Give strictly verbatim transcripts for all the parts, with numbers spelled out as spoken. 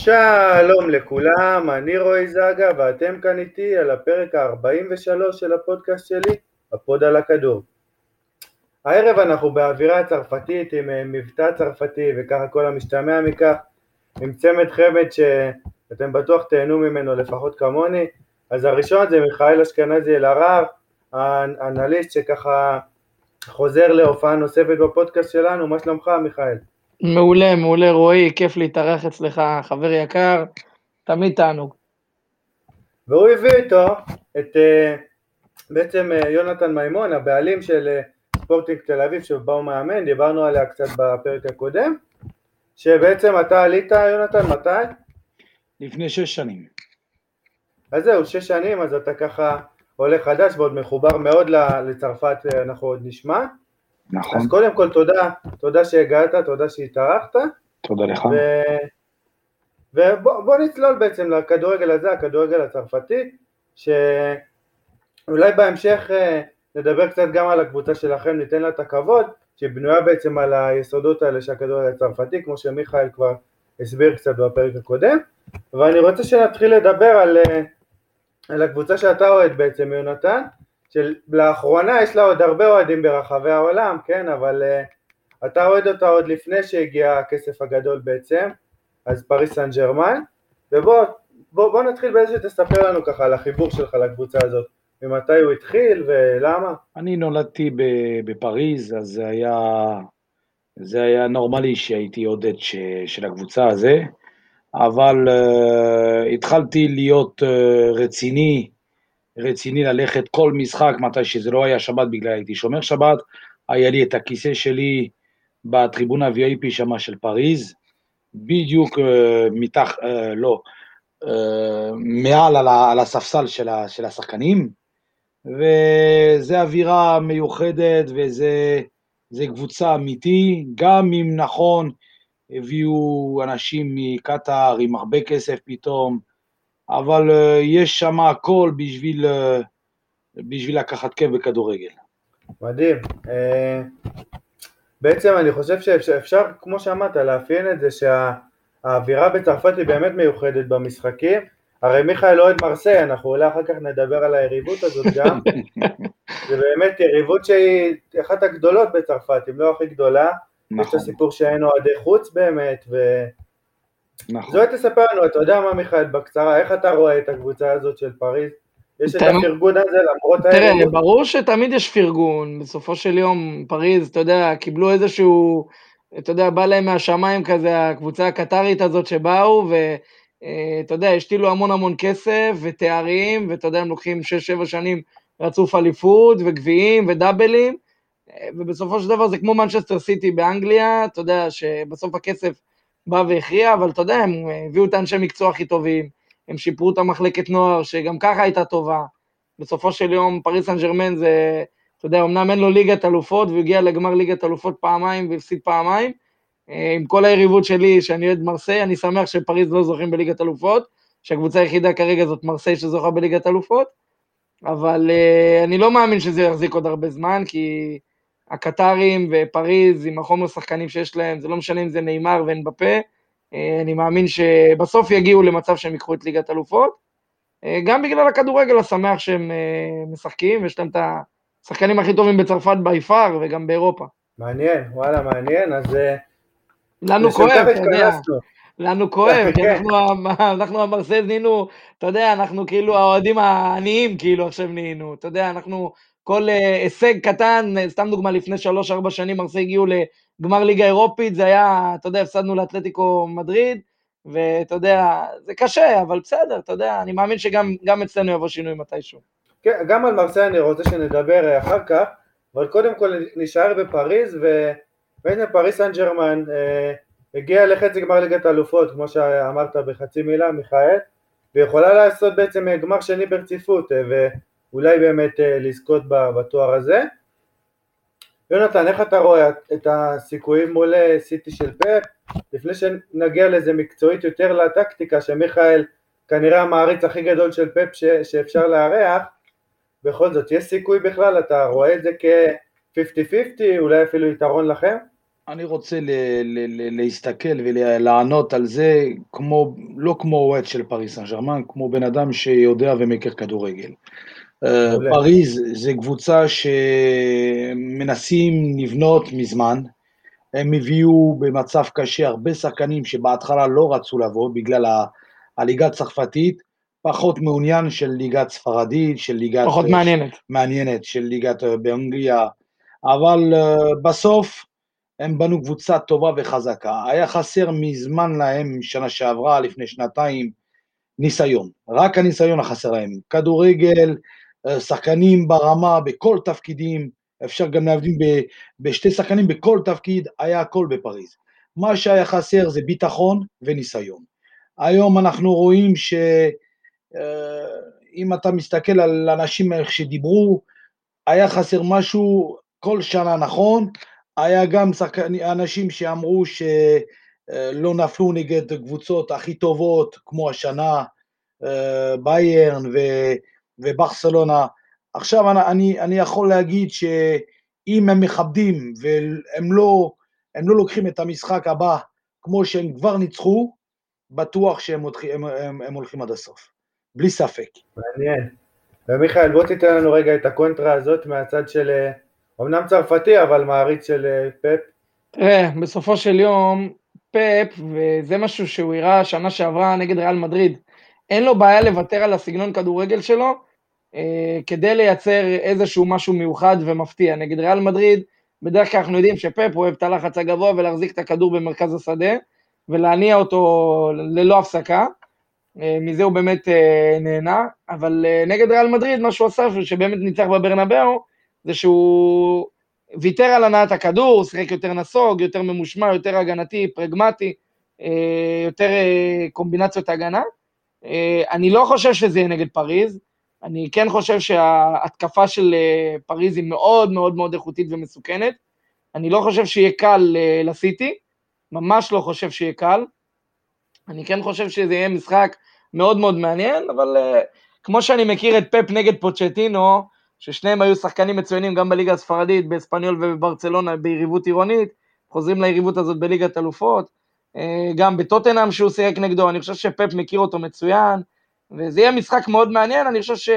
שלום לכולם, אני רועי זגה ואתם כאן איתי על הפרק ה-ארבעים ושלוש של הפודקאסט שלי, הפוד על הכדור. הערב אנחנו באווירה צרפתית עם מבטא צרפתי וככה כל המשתמע מכך, עם צמד חמד שאתם בטוח תהנו ממנו לפחות כמוני. אז הראשון זה מיכאל אשכנזי אלהרר, האנליסט שככה חוזר להופעה נוספת בפודקאסט שלנו. מה שלומך מיכאל? מעולה, מעולה רועי, כיף להתארח אצלך, חבר יקר, תמיד תענוג. והוא הביא איתו את בעצם יונתן מימון, הבעלים של ספורטינג תל אביב שבו הוא מאמן, דיברנו עליה קצת בפרק הקודם, שבעצם אתה עלית יונתן מתי? לפני שש שנים. אז זהו, שש שנים, אז אתה ככה עולה חדש ועוד מחובר מאוד לצרפת, אנחנו עוד נשמע. נכון. אז קודם כל תודה, תודה שהגעת, תודה שהתארחת. תודה לך. ו... ובוא בוא נצלול בעצם לכדורגל הזה, הכדורגל הצרפתי, שאולי בהמשך נדבר קצת גם על הקבוצה שלכם, ניתן לה את הכבוד, שבנויה בעצם על היסודות האלה של הכדורגל הצרפתי, כמו שמיכאל כבר הסביר קצת בפרק הקודם, ואני רוצה שנתחיל לדבר על, על הקבוצה שאתה אוהד בעצם יונתן, שלאחרונה יש לה עוד הרבה אוהדים ברחבי העולם, כן, אבל uh, אתה אוהד אותה עוד לפני שהגיע הכסף הגדול בעצם, אז פריס סן ז'רמן, ובוא בוא, בוא נתחיל באיזה שתספר לנו ככה על החיבור שלך לקבוצה הזאת, ממתי הוא התחיל ולמה? אני נולדתי בפריז, אז זה היה, זה היה נורמלי שהייתי עודד ש, של הקבוצה הזה, אבל uh, התחלתי להיות uh, רציני, רציני ללכת כל משחק, מתי שזה לא היה שבת בגלל הייתי שומר שבת, היה לי את הכיסא שלי בטריבונה וי איי פי שמה של פריז, בדיוק uh, מתח, uh, לא, uh, מעל על, על הספסל של, ה, של השחקנים, וזה אווירה מיוחדת, וזה זה קבוצה אמיתי, גם אם נכון, הביאו אנשים מקטר עם הרבה כסף פתאום, אבל uh, יש שם הכל בשביל, uh, בשביל לקחת כיף בכדורגל. מדהים. Uh, בעצם אני חושב שאפשר, כמו שאמרת, לאפיין את זה שהאווירה בצרפת היא באמת מיוחדת במשחקים. הרי מיכאל אוהד מרסיי, אנחנו אולי אחר כך נדבר על היריבות הזאת גם. זה באמת יריבות שהיא אחת הגדולות בצרפת, אם לא הכי גדולה. נכון. יש את הסיפור שאין אוהדי חוץ באמת, ו... נכון. זו תספר לנו, אתה יודע מה מיכאל, בקצרה, איך אתה רואה את הקבוצה הזאת של פריז? יש את הפרגון הזה למרות האלה? תראה, ברור שתמיד יש פרגון, בסופו של יום פריז, אתה יודע, קיבלו איזשהו, אתה יודע, בא להם מהשמיים כזה, הקבוצה הקטרית הזאת שבאו, ואתה יודע, השתילו המון המון כסף ותארים, ואתה יודע, הם לוקחים שש שבע שנים רצוף אליפות וגביעים ודאבלים, ובסופו של דבר זה כמו מנצ'סטר סיטי באנגליה, אתה יודע, שבסוף הכסף בא והכריע, אבל אתה יודע, הם הביאו את האנשי מקצוע הכי טובים, הם שיפרו את המחלקת נוער, שגם ככה הייתה טובה. בסופו של יום, פריס סן ז'רמן זה, אתה יודע, אמנם אין לו ליגת אלופות, והוא הגיע לגמר ליגת אלופות פעמיים, והפסיד פעמיים. עם כל היריבות שלי, שאני אוהד מרסיי, אני שמח שפריס לא זוכים בליגת אלופות, שהקבוצה היחידה כרגע זאת מרסיי שזוכה בליגת אלופות, אבל אני לא מאמין שזה יחזיק עוד הרבה זמן, כי הקטרים ופריז, עם החומר שחקנים שיש להם, זה לא משנה אם זה ניימר ואין בפה, אני מאמין שבסוף יגיעו למצב שהם יקחו את ליגת אלופות, גם בגלל הכדורגל השמח שהם משחקים, ויש להם את השחקנים הכי טובים בצרפת ביפר, וגם באירופה. מעניין, וואלה, מעניין, אז... לנו כואב, אתה יודע, לנו כואב, כי אנחנו המרסיי נהיינו, אתה יודע, אנחנו כאילו האוהדים העניים, כאילו עכשיו נהיינו, אתה יודע, אנחנו... כל הישג קטן, סתם דוגמה, לפני שלוש ארבע שנים מרסיי הגיעו לגמר ליגה אירופית, זה היה, אתה יודע, הפסדנו לאתלטיקו מדריד, ואתה יודע, זה קשה, אבל בסדר, אתה יודע, אני מאמין שגם גם אצלנו יבוא שינוי מתישהו. כן, גם על מרסיי אני רוצה שנדבר אחר כך, אבל קודם כל נשאר בפריז, ובעצם פריס סן ז'רמן אה, הגיע לחצי גמר ליגת אלופות, כמו שאמרת בחצי מילה, מיכאל, ויכולה לעשות בעצם גמר שני ברציפות, ו... אולי באמת לזכות בתואר הזה. יונתן, איך אתה רואה את הסיכויים מול סיטי של פפ? לפני שנגיע לזה מקצועית יותר לטקטיקה, שמיכאל כנראה המעריץ הכי גדול של פפ ש- שאפשר להריח, בכל זאת, יש סיכוי בכלל? אתה רואה את זה כ-חמישים חמישים, אולי אפילו יתרון לכם? אני רוצה ל, ל, ל, להסתכל ולענות על זה כמו, לא כמו אוהד של פריס סן ז'רמן, כמו בן אדם שיודע ומכיר כדורגל. מעולה. פריז זה קבוצה שמנסים לבנות מזמן, הם הביאו במצב קשה הרבה שחקנים שבהתחלה לא רצו לבוא בגלל הליגה הצרפתית, פחות מעוניין של ליגת ספרדית, של ליגת... פחות מעניינת. מעניינת, של ליגת באנגליה, אבל בסוף הם בנו קבוצה טובה וחזקה. היה חסר מזמן להם שנה שעברה, לפני שנתיים, ניסיון. רק הניסיון החסר להם. כדורגל, שחקנים ברמה, בכל תפקידים, אפשר גם להבדיל בשתי שחקנים בכל תפקיד, היה הכל בפריז. מה שהיה חסר זה ביטחון וניסיון. היום אנחנו רואים שאם אתה מסתכל על אנשים שדיברו, היה חסר משהו כל שנה, נכון, היה גם אנשים שאמרו שלא נפלו נגד קבוצות הכי טובות, כמו השנה, ביירן וברצלונה. עכשיו אני, אני יכול להגיד שאם הם מכבדים והם לא, הם לא לוקחים את המשחק הבא כמו שהם כבר ניצחו, בטוח שהם הם, הם, הם הולכים עד הסוף, בלי ספק. מעניין. ומיכאל, בוא תיתן לנו רגע את הקונטרה הזאת מהצד של, אמנם צרפתי, אבל מעריץ של פפ. תראה, בסופו של יום, פפ, וזה משהו שהוא הראה שנה שעברה נגד ריאל מדריד, אין לו בעיה לוותר על הסגנון כדורגל שלו, אה, כדי לייצר איזשהו משהו מיוחד ומפתיע. נגד ריאל מדריד, בדרך כלל אנחנו יודעים שפפ אוהב את הלחץ הגבוה ולהחזיק את הכדור במרכז השדה, ולהניע אותו ללא הפסקה, אה, מזה הוא באמת אה, נהנה, אבל אה, נגד ריאל מדריד, מה שהוא עשה, שבאמת ניצח בברנבאו, זה שהוא ויתר על הנעת הכדור, שחק יותר נסוג, יותר ממושמע, יותר הגנתי, פרגמטי, אה, יותר אה, קומבינציות הגנה. אה, אני לא חושב שזה יהיה נגד פריז, אני כן חושב שההתקפה של פריז היא מאוד מאוד מאוד איכותית ומסוכנת, אני לא חושב שיהיה קל לסיטי, ממש לא חושב שיהיה קל, אני כן חושב שזה יהיה משחק מאוד מאוד מעניין, אבל כמו שאני מכיר את פפ נגד פוצ'טינו, ששניהם היו שחקנים מצוינים גם בליגה הספרדית, באספניול ובברצלונה, ביריבות עירונית, חוזרים ליריבות הזאת בליגת אלופות, גם בטוטנהאם שהוא שיחק נגדו, אני חושב שפפ מכיר אותו מצוין, וזה יהיה משחק מאוד מעניין, אני חושב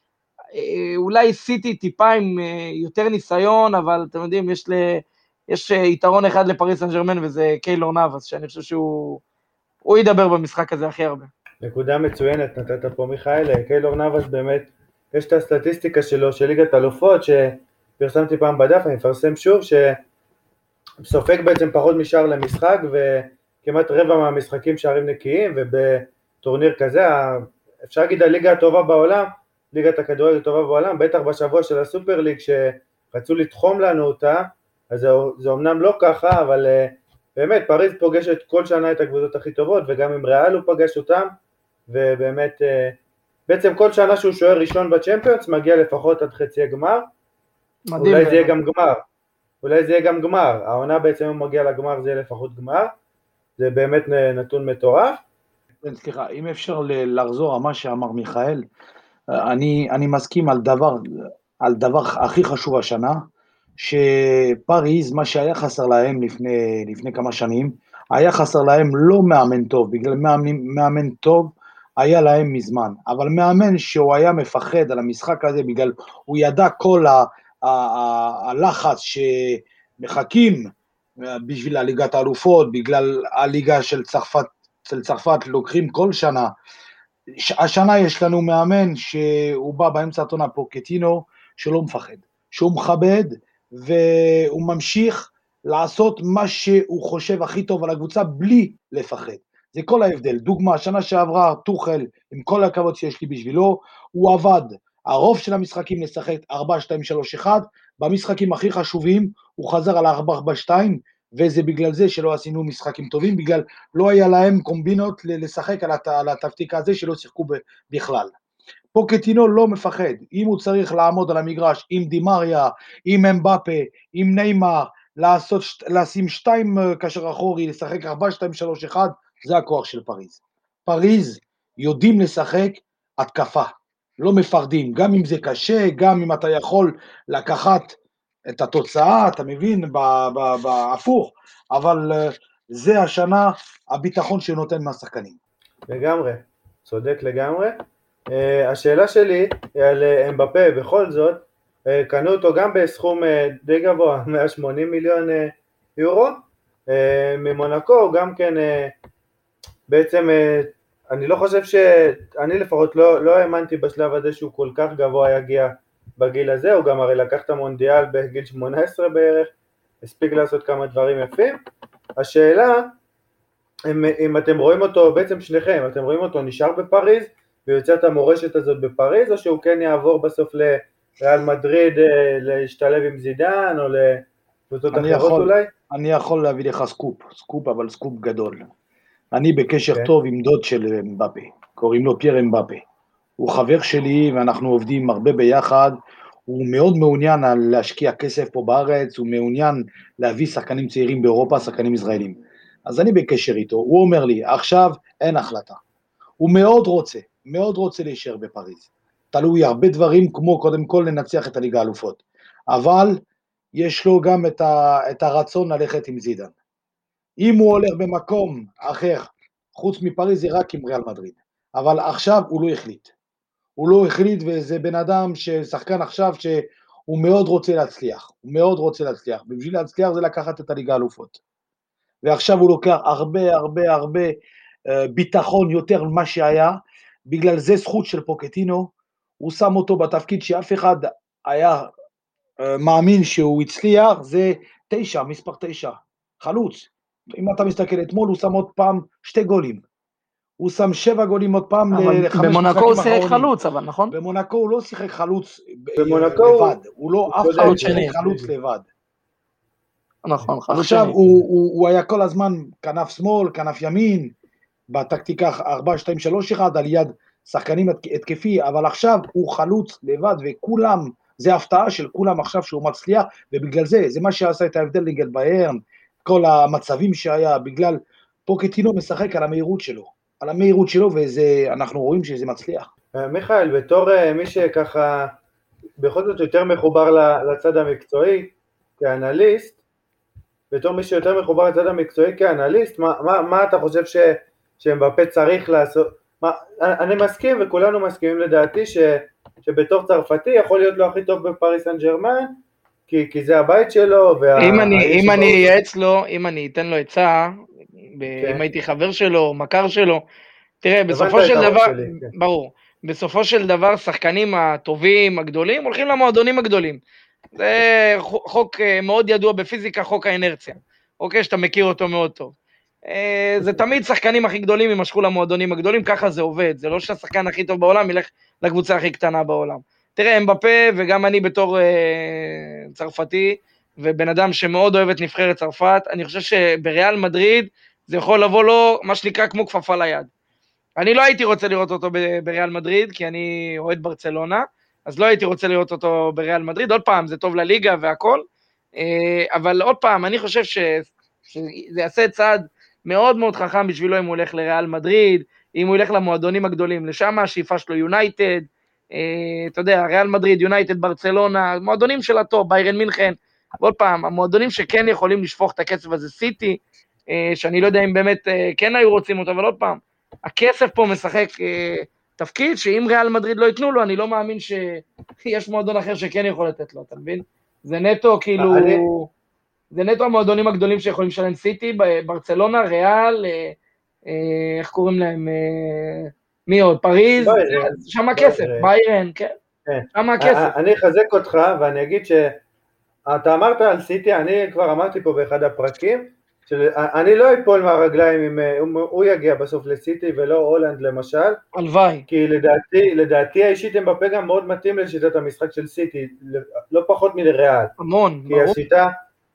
שאולי סיטי טיפה עם יותר ניסיון, אבל אתם יודעים, יש, ל... יש יתרון אחד לפריס סן ז'רמן, וזה קיילור נאבס, שאני חושב שהוא הוא ידבר במשחק הזה הכי הרבה. נקודה מצוינת, נתת פה מיכאל, קיילור נאבס באמת, יש את הסטטיסטיקה שלו של ליגת אלופות, שפרסמתי פעם בדף, אני מפרסם שוב, שסופג בעצם פחות משער למשחק, וכמעט רבע מהמשחקים שערים נקיים, ובטורניר כזה, אפשר להגיד הליגה הטובה בעולם, ליגת הכדורגל הטובה בעולם, בטח בשבוע של הסופר ליג, שרצו לתחום לנו אותה, אז זה, זה אומנם לא ככה, אבל באמת פריז פוגשת כל שנה את הקבוצות הכי טובות, וגם עם ריאל הוא פגש אותם, ובאמת בעצם כל שנה שהוא שוער ראשון בצ'מפיונס, מגיע לפחות עד חצי הגמר, אולי זה יהיה גם גמר, אולי זה יהיה גם גמר, העונה בעצם הוא מגיע לגמר, זה יהיה לפחות גמר, זה באמת נתון מטורף. סליחה, אם אפשר לחזור על מה שאמר מיכאל, אני, אני מסכים על דבר, על דבר הכי חשוב השנה, שפריז, מה שהיה חסר להם לפני, לפני כמה שנים, היה חסר להם לא מאמן טוב, בגלל מאמן, מאמן טוב היה להם מזמן, אבל מאמן שהוא היה מפחד על המשחק הזה, בגלל הוא ידע כל ה, ה, ה, הלחץ שמחכים בשביל הליגת האלופות, בגלל הליגה של צרפת, של צרפת לוקחים כל שנה, השנה יש לנו מאמן שהוא בא באמצע העונה פוקטינו, שלא מפחד, שהוא מכבד, והוא ממשיך לעשות מה שהוא חושב הכי טוב על הקבוצה, בלי לפחד. זה כל ההבדל. דוגמה, שנה שעברה, טוחל, עם כל הכבוד שיש לי בשבילו, הוא עבד. הרוב של המשחקים לשחק ארבע שתיים שלוש אחת, במשחקים הכי חשובים, הוא חזר על ארבע ארבע שתיים, וזה בגלל זה שלא עשינו משחקים טובים, בגלל לא היה להם קומבינות לשחק על התפתיק הזה שלא שיחקו בכלל. פוקטינו לא מפחד, אם הוא צריך לעמוד על המגרש עם דימריה, עם אמבפה, עם ניימר, לעשות, לשים שתיים קשר אחורי, לשחק ארבע שתיים שלוש אחת, זה הכוח של פריז. פריז יודעים לשחק התקפה, לא מפחדים, גם אם זה קשה, גם אם אתה יכול לקחת את התוצאה, אתה מבין, בהפוך, אבל זה השנה הביטחון שנותן מהשחקנים. לגמרי, צודק לגמרי. Uh, השאלה שלי על אמבפה, בכל זאת, uh, קנו אותו גם בסכום uh, די גבוה, מאה ושמונים מיליון uh, יורו, uh, ממונקו, גם כן, uh, בעצם, uh, אני לא חושב ש... אני לפחות לא, לא האמנתי בשלב הזה שהוא כל כך גבוה יגיע בגיל הזה, הוא גם הרי לקח את המונדיאל בגיל שמונה עשרה בערך, הספיק לעשות כמה דברים יפים. השאלה, אם, אם אתם רואים אותו, בעצם שניכם, אתם רואים אותו נשאר בפריז, ויוצא את המורשת הזאת בפריז, או שהוא כן יעבור בסוף לריאל מדריד, להשתלב עם זידן, או לקבוצות אחרות יכול, אולי? אני יכול להביא לך סקופ, סקופ אבל סקופ גדול. אני בקשר okay. טוב עם דוד של אמבפה, קוראים לו פייר אמבפה. הוא חבר שלי ואנחנו עובדים הרבה ביחד, הוא מאוד מעוניין להשקיע כסף פה בארץ, הוא מעוניין להביא שחקנים צעירים באירופה, שחקנים ישראלים. אז אני בקשר איתו, הוא אומר לי, עכשיו אין החלטה. הוא מאוד רוצה, מאוד רוצה להישאר בפריז. תלוי הרבה דברים, כמו קודם כל לנצח את הליגה האלופות. אבל יש לו גם את, ה, את הרצון ללכת עם זידן. אם הוא הולך במקום אחר, חוץ מפריז זה רק עם ריאל מדריד. אבל עכשיו הוא לא החליט. הוא לא החליט, וזה בן אדם ששחקן עכשיו שהוא מאוד רוצה להצליח. הוא מאוד רוצה להצליח. בשביל להצליח זה לקחת את הליגה האלופות. ועכשיו הוא לוקח הרבה הרבה הרבה ביטחון יותר ממה שהיה, בגלל זה זכות של פוקטינו, הוא שם אותו בתפקיד שאף אחד היה מאמין שהוא הצליח, זה תשע, מספר תשע, חלוץ. אם אתה מסתכל אתמול, הוא שם עוד פעם שתי גולים. הוא שם שבע גולים עוד פעם לחמש משחקים אחרונים. במונקו הוא שיחק חלוץ, אבל נכון? במונקו הוא לא שיחק חלוץ לבד. הוא לא אף אחד שיחק חלוץ לבד. נכון, עכשיו הוא, הוא, הוא היה כל הזמן כנף שמאל, כנף ימין, בטקטיקה ארבע שתיים שלוש אחת, על יד שחקנים התקפי, אבל עכשיו הוא חלוץ לבד, וכולם, זה הפתעה של כולם עכשיו שהוא מצליח, ובגלל זה, זה מה שעשה את ההבדל נגד ביירן, כל המצבים שהיה, בגלל פוקטינו משחק על המהירות שלו, על המהירות שלו, ואנחנו רואים שזה מצליח. מיכאל, בתור מי שככה, בכל זאת יותר מחובר לצד המקצועי, כאנליסט, בתור מי שיותר מחובר לצד המקצועי כאנליסט, מה, מה, מה אתה חושב ש, שאמבפה צריך לעשות? מה, אני מסכים וכולנו מסכימים לדעתי ש, שבתור צרפתי יכול להיות לו הכי טוב בפריס סן ז'רמן, כי, כי זה הבית שלו. וה, אם אני, אם אני אייעץ לו, אם אני אתן לו עצה, כן. אם הייתי חבר שלו, מכר שלו, תראה, בסופו של דבר, שלי, כן. ברור, בסופו של דבר שחקנים הטובים, הגדולים, הולכים למועדונים הגדולים. זה חוק מאוד ידוע בפיזיקה, חוק האנרציה, אוקיי, שאתה מכיר אותו מאוד טוב. זה תמיד שחקנים הכי גדולים ימשכו למועדונים הגדולים, ככה זה עובד, זה לא שהשחקן הכי טוב בעולם ילך לקבוצה הכי קטנה בעולם. תראה, אמבפה, וגם אני בתור צרפתי, ובן אדם שמאוד אוהב את נבחרת צרפת, אני חושב שבריאל מדריד, זה יכול לבוא לו, מה שנקרא, כמו כפפה ליד. אני לא הייתי רוצה לראות אותו בריאל מדריד, כי אני אוהד ברצלונה, אז לא הייתי רוצה לראות אותו בריאל מדריד, עוד פעם, זה טוב לליגה והכל, אבל עוד פעם, אני חושב ש... שזה יעשה צעד מאוד מאוד חכם בשבילו אם הוא הולך לריאל מדריד, אם הוא ילך למועדונים הגדולים, לשם השאיפה שלו יונייטד, אתה יודע, ריאל מדריד, יונייטד, ברצלונה, מועדונים של הטופ, ביירן מינכן, ועוד פעם, המועדונים שכן יכולים לשפוך את הכסף הזה, סיטי, שאני לא יודע אם באמת כן היו רוצים אותו, אבל עוד פעם, הכסף פה משחק תפקיד, שאם ריאל מדריד לא ייתנו לו, אני לא מאמין שיש מועדון אחר שכן יכול לתת לו, אתה מבין? זה נטו כאילו, זה נטו המועדונים הגדולים שיכולים לשלם, סיטי, ברצלונה, ריאל, איך קוראים להם, מי עוד, פריז, שם הכסף, ביירן, כן, שם הכסף. אני אחזק אותך ואני אגיד שאתה אמרת על סיטי, אני כבר אמרתי פה באחד הפרקים, אני לא אפול מהרגליים אם הוא יגיע בסוף לסיטי ולא הולנד למשל, הלוואי, כי לדעתי, לדעתי האישית אמבפה גם מאוד מתאים לשיטת המשחק של סיטי, לא פחות מלריאל, המון, כי השיטה,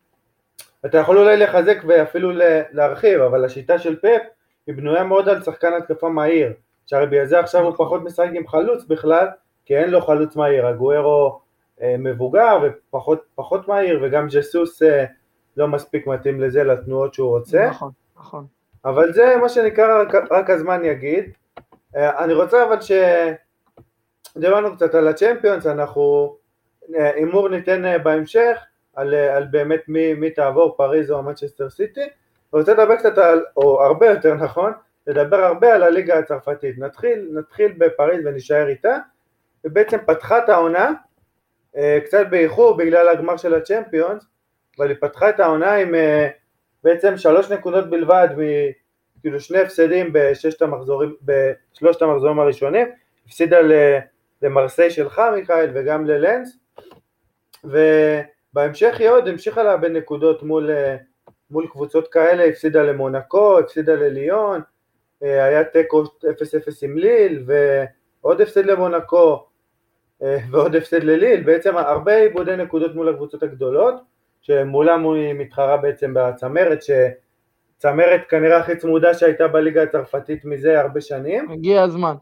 אתה יכול אולי לחזק ואפילו להרחיב, אבל השיטה של פפ היא בנויה מאוד על שחקן התקפה מהיר, שהרי בגלל זה עכשיו הוא פחות משחק עם חלוץ בכלל, כי אין לו חלוץ מהיר, הגוארו אה, מבוגר ופחות פחות מהיר, וגם ג'סוס אה, לא מספיק מתאים לזה, לתנועות שהוא רוצה. נכון, נכון. אבל זה מה שנקרא רק, רק הזמן יגיד. אה, אני רוצה אבל ש... דיברנו קצת על הצ'מפיונס, אנחנו אימור ניתן אה, בהמשך, על, על באמת מי, מי תעבור, פריז או מנצ'סטר סיטי. אני רוצה לדבר קצת על, או הרבה יותר נכון, לדבר הרבה על הליגה הצרפתית. נתחיל, נתחיל בפריז ונשאר איתה, ובעצם פתחה את העונה, קצת באיחור בגלל הגמר של הצ'מפיונס, אבל היא פתחה את העונה עם בעצם שלוש נקודות בלבד, כאילו שני הפסדים בששת המחזורים, בשלושת המחזורים הראשונים, הפסידה למרסיי שלך מיכאל וגם ללנס, ובהמשך היא עוד המשיכה לה בנקודות מול, מול קבוצות כאלה, הפסידה למונקו, הפסידה לליון, היה טקו אפס אפס עם ליל, ועוד הפסד למונקו, ועוד הפסד לליל, בעצם הרבה עיבודי נקודות מול הקבוצות הגדולות, שמולם היא מתחרה בעצם בצמרת, שצמרת כנראה הכי צמודה שהייתה בליגה הצרפתית מזה הרבה שנים. הגיע הזמן,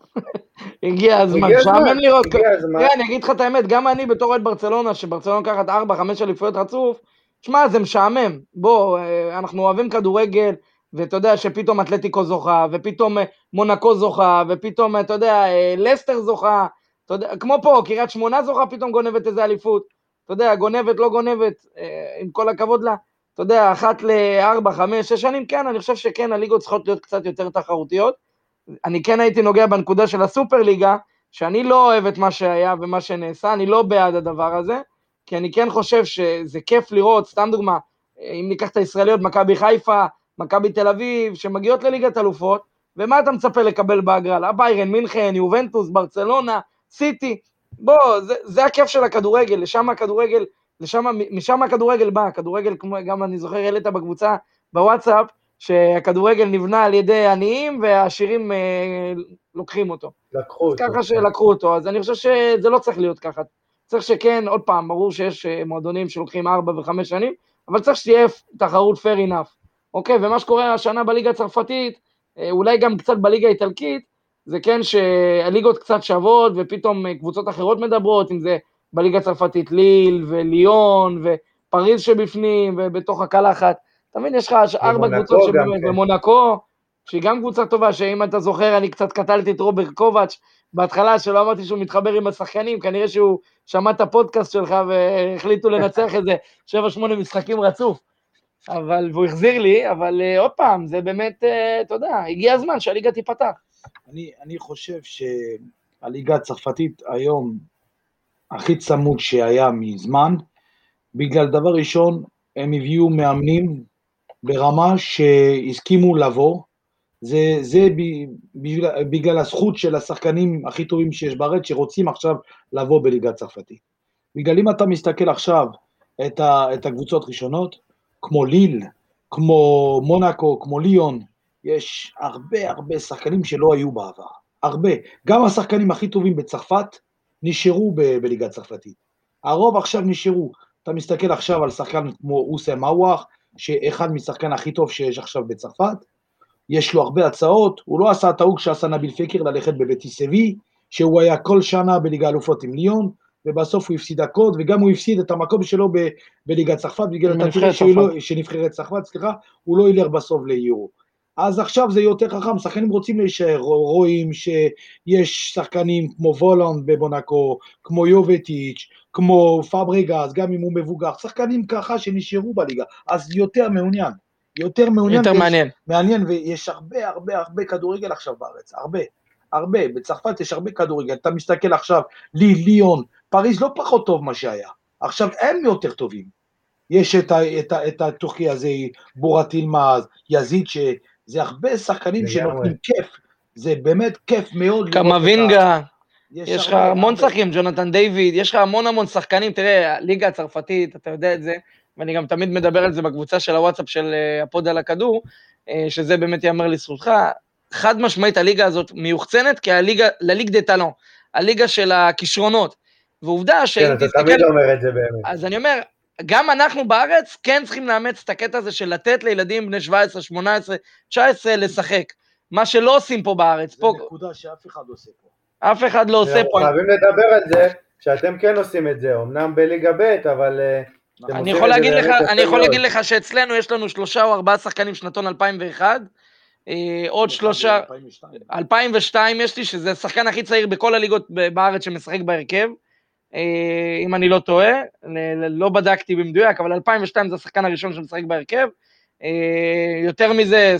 הגיע הזמן, שעמם לראות, אני אגיד לך את האמת, גם אני בתור את ברצלונה, שברצלונה לקחת ארבע, חמש אליפויות רצוף, שמע, זה משעמם, בוא, אנחנו אוהבים כדורגל, ואתה יודע שפתאום אתלטיקו זוכה, ופתאום מונקו זוכה, ופתאום, אתה יודע, לסטר זוכה, אתה יודע, כמו פה, קריית שמונה זוכה, פתאום גונבת איזה אליפות, אתה יודע, גונבת, לא גונבת, עם כל הכבוד לה, אתה יודע, אחת לארבע, חמש, שש שנים, כן, אני חושב שכן, הליגות צריכות להיות קצת יותר תחרותיות, אני כן הייתי נוגע בנקודה של הסופר ליגה, שאני לא אוהב את מה שהיה ומה שנעשה, אני לא בעד הדבר הזה, כי אני כן חושב שזה כיף לראות, סתם דוגמה, אם ניקח את הישראליות, מכבי חיפה, מכבי תל אביב, שמגיעות לליגת אלופות, ומה אתה מצפה לקבל בהגרלה? ביירן, מינכן, יובנטוס, ברצלונה, סיטי, בוא, זה, זה הכיף של הכדורגל, לשם הכדורגל, לשם, משם הכדורגל בא, הכדורגל, כמו גם אני זוכר, העלית בקבוצה בוואטסאפ, שהכדורגל נבנה על ידי עניים, והעשירים אה, לוקחים אותו. לקחו אותו. ככה שלקחו אותו, אז אני חושב שזה לא צריך להיות ככה, צריך שכן, עוד פעם, ברור שיש מועדונים שלוקחים ארבע וחמש שנים, אבל צריך שתהיה תחרות fair enough, אוקיי, ומה שקורה השנה בליגה הצרפתית, אולי גם קצת בליגה האיטלקית, זה כן שהליגות קצת שוות, ופתאום קבוצות אחרות מדברות, אם זה בליגה הצרפתית ליל, וליון, ופריז שבפנים, ובתוך הקלחת, תמיד יש לך ארבע קבוצות שבפנים, ומונקו, שהיא גם קבוצה טובה, שאם אתה זוכר, אני קצת קטלתי את רוברט קובץ', בהתחלה שלא אמרתי שהוא מתחבר עם השחקנים, כנראה שהוא שמע את הפודקאסט שלך, והחליטו לנצח איזה שבע שמונה משחקים רצוף, אבל, והוא החזיר לי, אבל עוד פעם, זה באמת, אתה יודע, הגיע הזמן שהליגה תיפתח. אני, אני חושב שהליגה הצרפתית היום, הכי צמוד שהיה מזמן, בגלל דבר ראשון, הם הביאו מאמנים ברמה שהסכימו לבוא, זה, זה בגלל, בגלל הזכות של השחקנים הכי טובים שיש בארץ, שרוצים עכשיו לבוא בליגה הצרפתית. בגלל אם אתה מסתכל עכשיו את, ה, את הקבוצות ראשונות, כמו ליל, כמו מונקו, כמו ליון, יש הרבה הרבה שחקנים שלא היו בעבר, הרבה. גם השחקנים הכי טובים בצרפת נשארו ב- בליגה הצרפתית. הרוב עכשיו נשארו. אתה מסתכל עכשיו על שחקן כמו אוסם אוואח, שאחד משחקן הכי טוב שיש עכשיו בצרפת, יש לו הרבה הצעות, הוא לא עשה טעות שעשה נביל פקר ללכת בביתי סבי, שהוא היה כל שנה בליגה אלופות עם ליון, ובסוף הוא הפסיד הקוד, וגם הוא הפסיד את המקום שלו ב- בליגת צרפת, בגלל התקרה שנבחרת צרפת, סליחה, הוא לא ילך בסוף ליורו. אז עכשיו זה יותר חכם, שחקנים רוצים להישאר, רואים שיש שחקנים כמו וולנד בבונקו, כמו יובטיץ', כמו פאברגס, גם אם הוא מבוגר, שחקנים ככה שנשארו בליגה, אז יותר מעוניין, יותר מעוניין, יותר מעניין. מעניין, ויש הרבה הרבה הרבה כדורגל עכשיו בארץ, הרבה, הרבה, בצרפת יש הרבה כדורגל, אתה מסתכל עכשיו, לי, ליון, פריז לא פחות טוב מה שהיה, עכשיו הם יותר טובים, יש את, ה, את, ה, את התורכי הזה, בורת אילמז, יזיד ש... זה הרבה שחקנים שנותנים כיף, זה באמת כיף מאוד. קמבינגה, יש לך המון שחקים, ג'ונתן דיוויד, יש לך המון המון שחקנים, תראה, הליגה הצרפתית, אתה יודע את זה, ואני גם תמיד מדבר על זה בקבוצה של הוואטסאפ של הפוד על הכדור, שזה באמת יאמר לזכותך, חד משמעית הליגה הזאת מיוחצנת, כי הליגה, לליג דה טלון, הליגה של הכישרונות, ועובדה כן, אתה תמיד אומר את זה באמת. אז אני אומר, גם אנחנו בארץ כן צריכים לאמץ את הקטע הזה של לתת לילדים בני שבע עשרה, שמונה עשרה, תשע עשרה לשחק, מה שלא עושים פה בארץ. זה פה... נקודה שאף אחד לא עושה פה. אף אחד לא עושה פה. חייבים לדבר על זה, שאתם כן עושים את זה, אמנם בליגה ב' אבל... אני יכול להגיד לך, אני יכול להגיד לך שאצלנו יש לנו שלושה או ארבעה שחקנים שנתון אלפיים ואחת, עוד שלושה, אלפיים ושתיים יש לי, שזה השחקן הכי צעיר בכל הליגות בארץ שמשחק בהרכב, אם אני לא טועה, לא בדקתי במדויק, אבל אלפיים ושתיים זה השחקן הראשון שמשחק בהרכב, יותר מזה,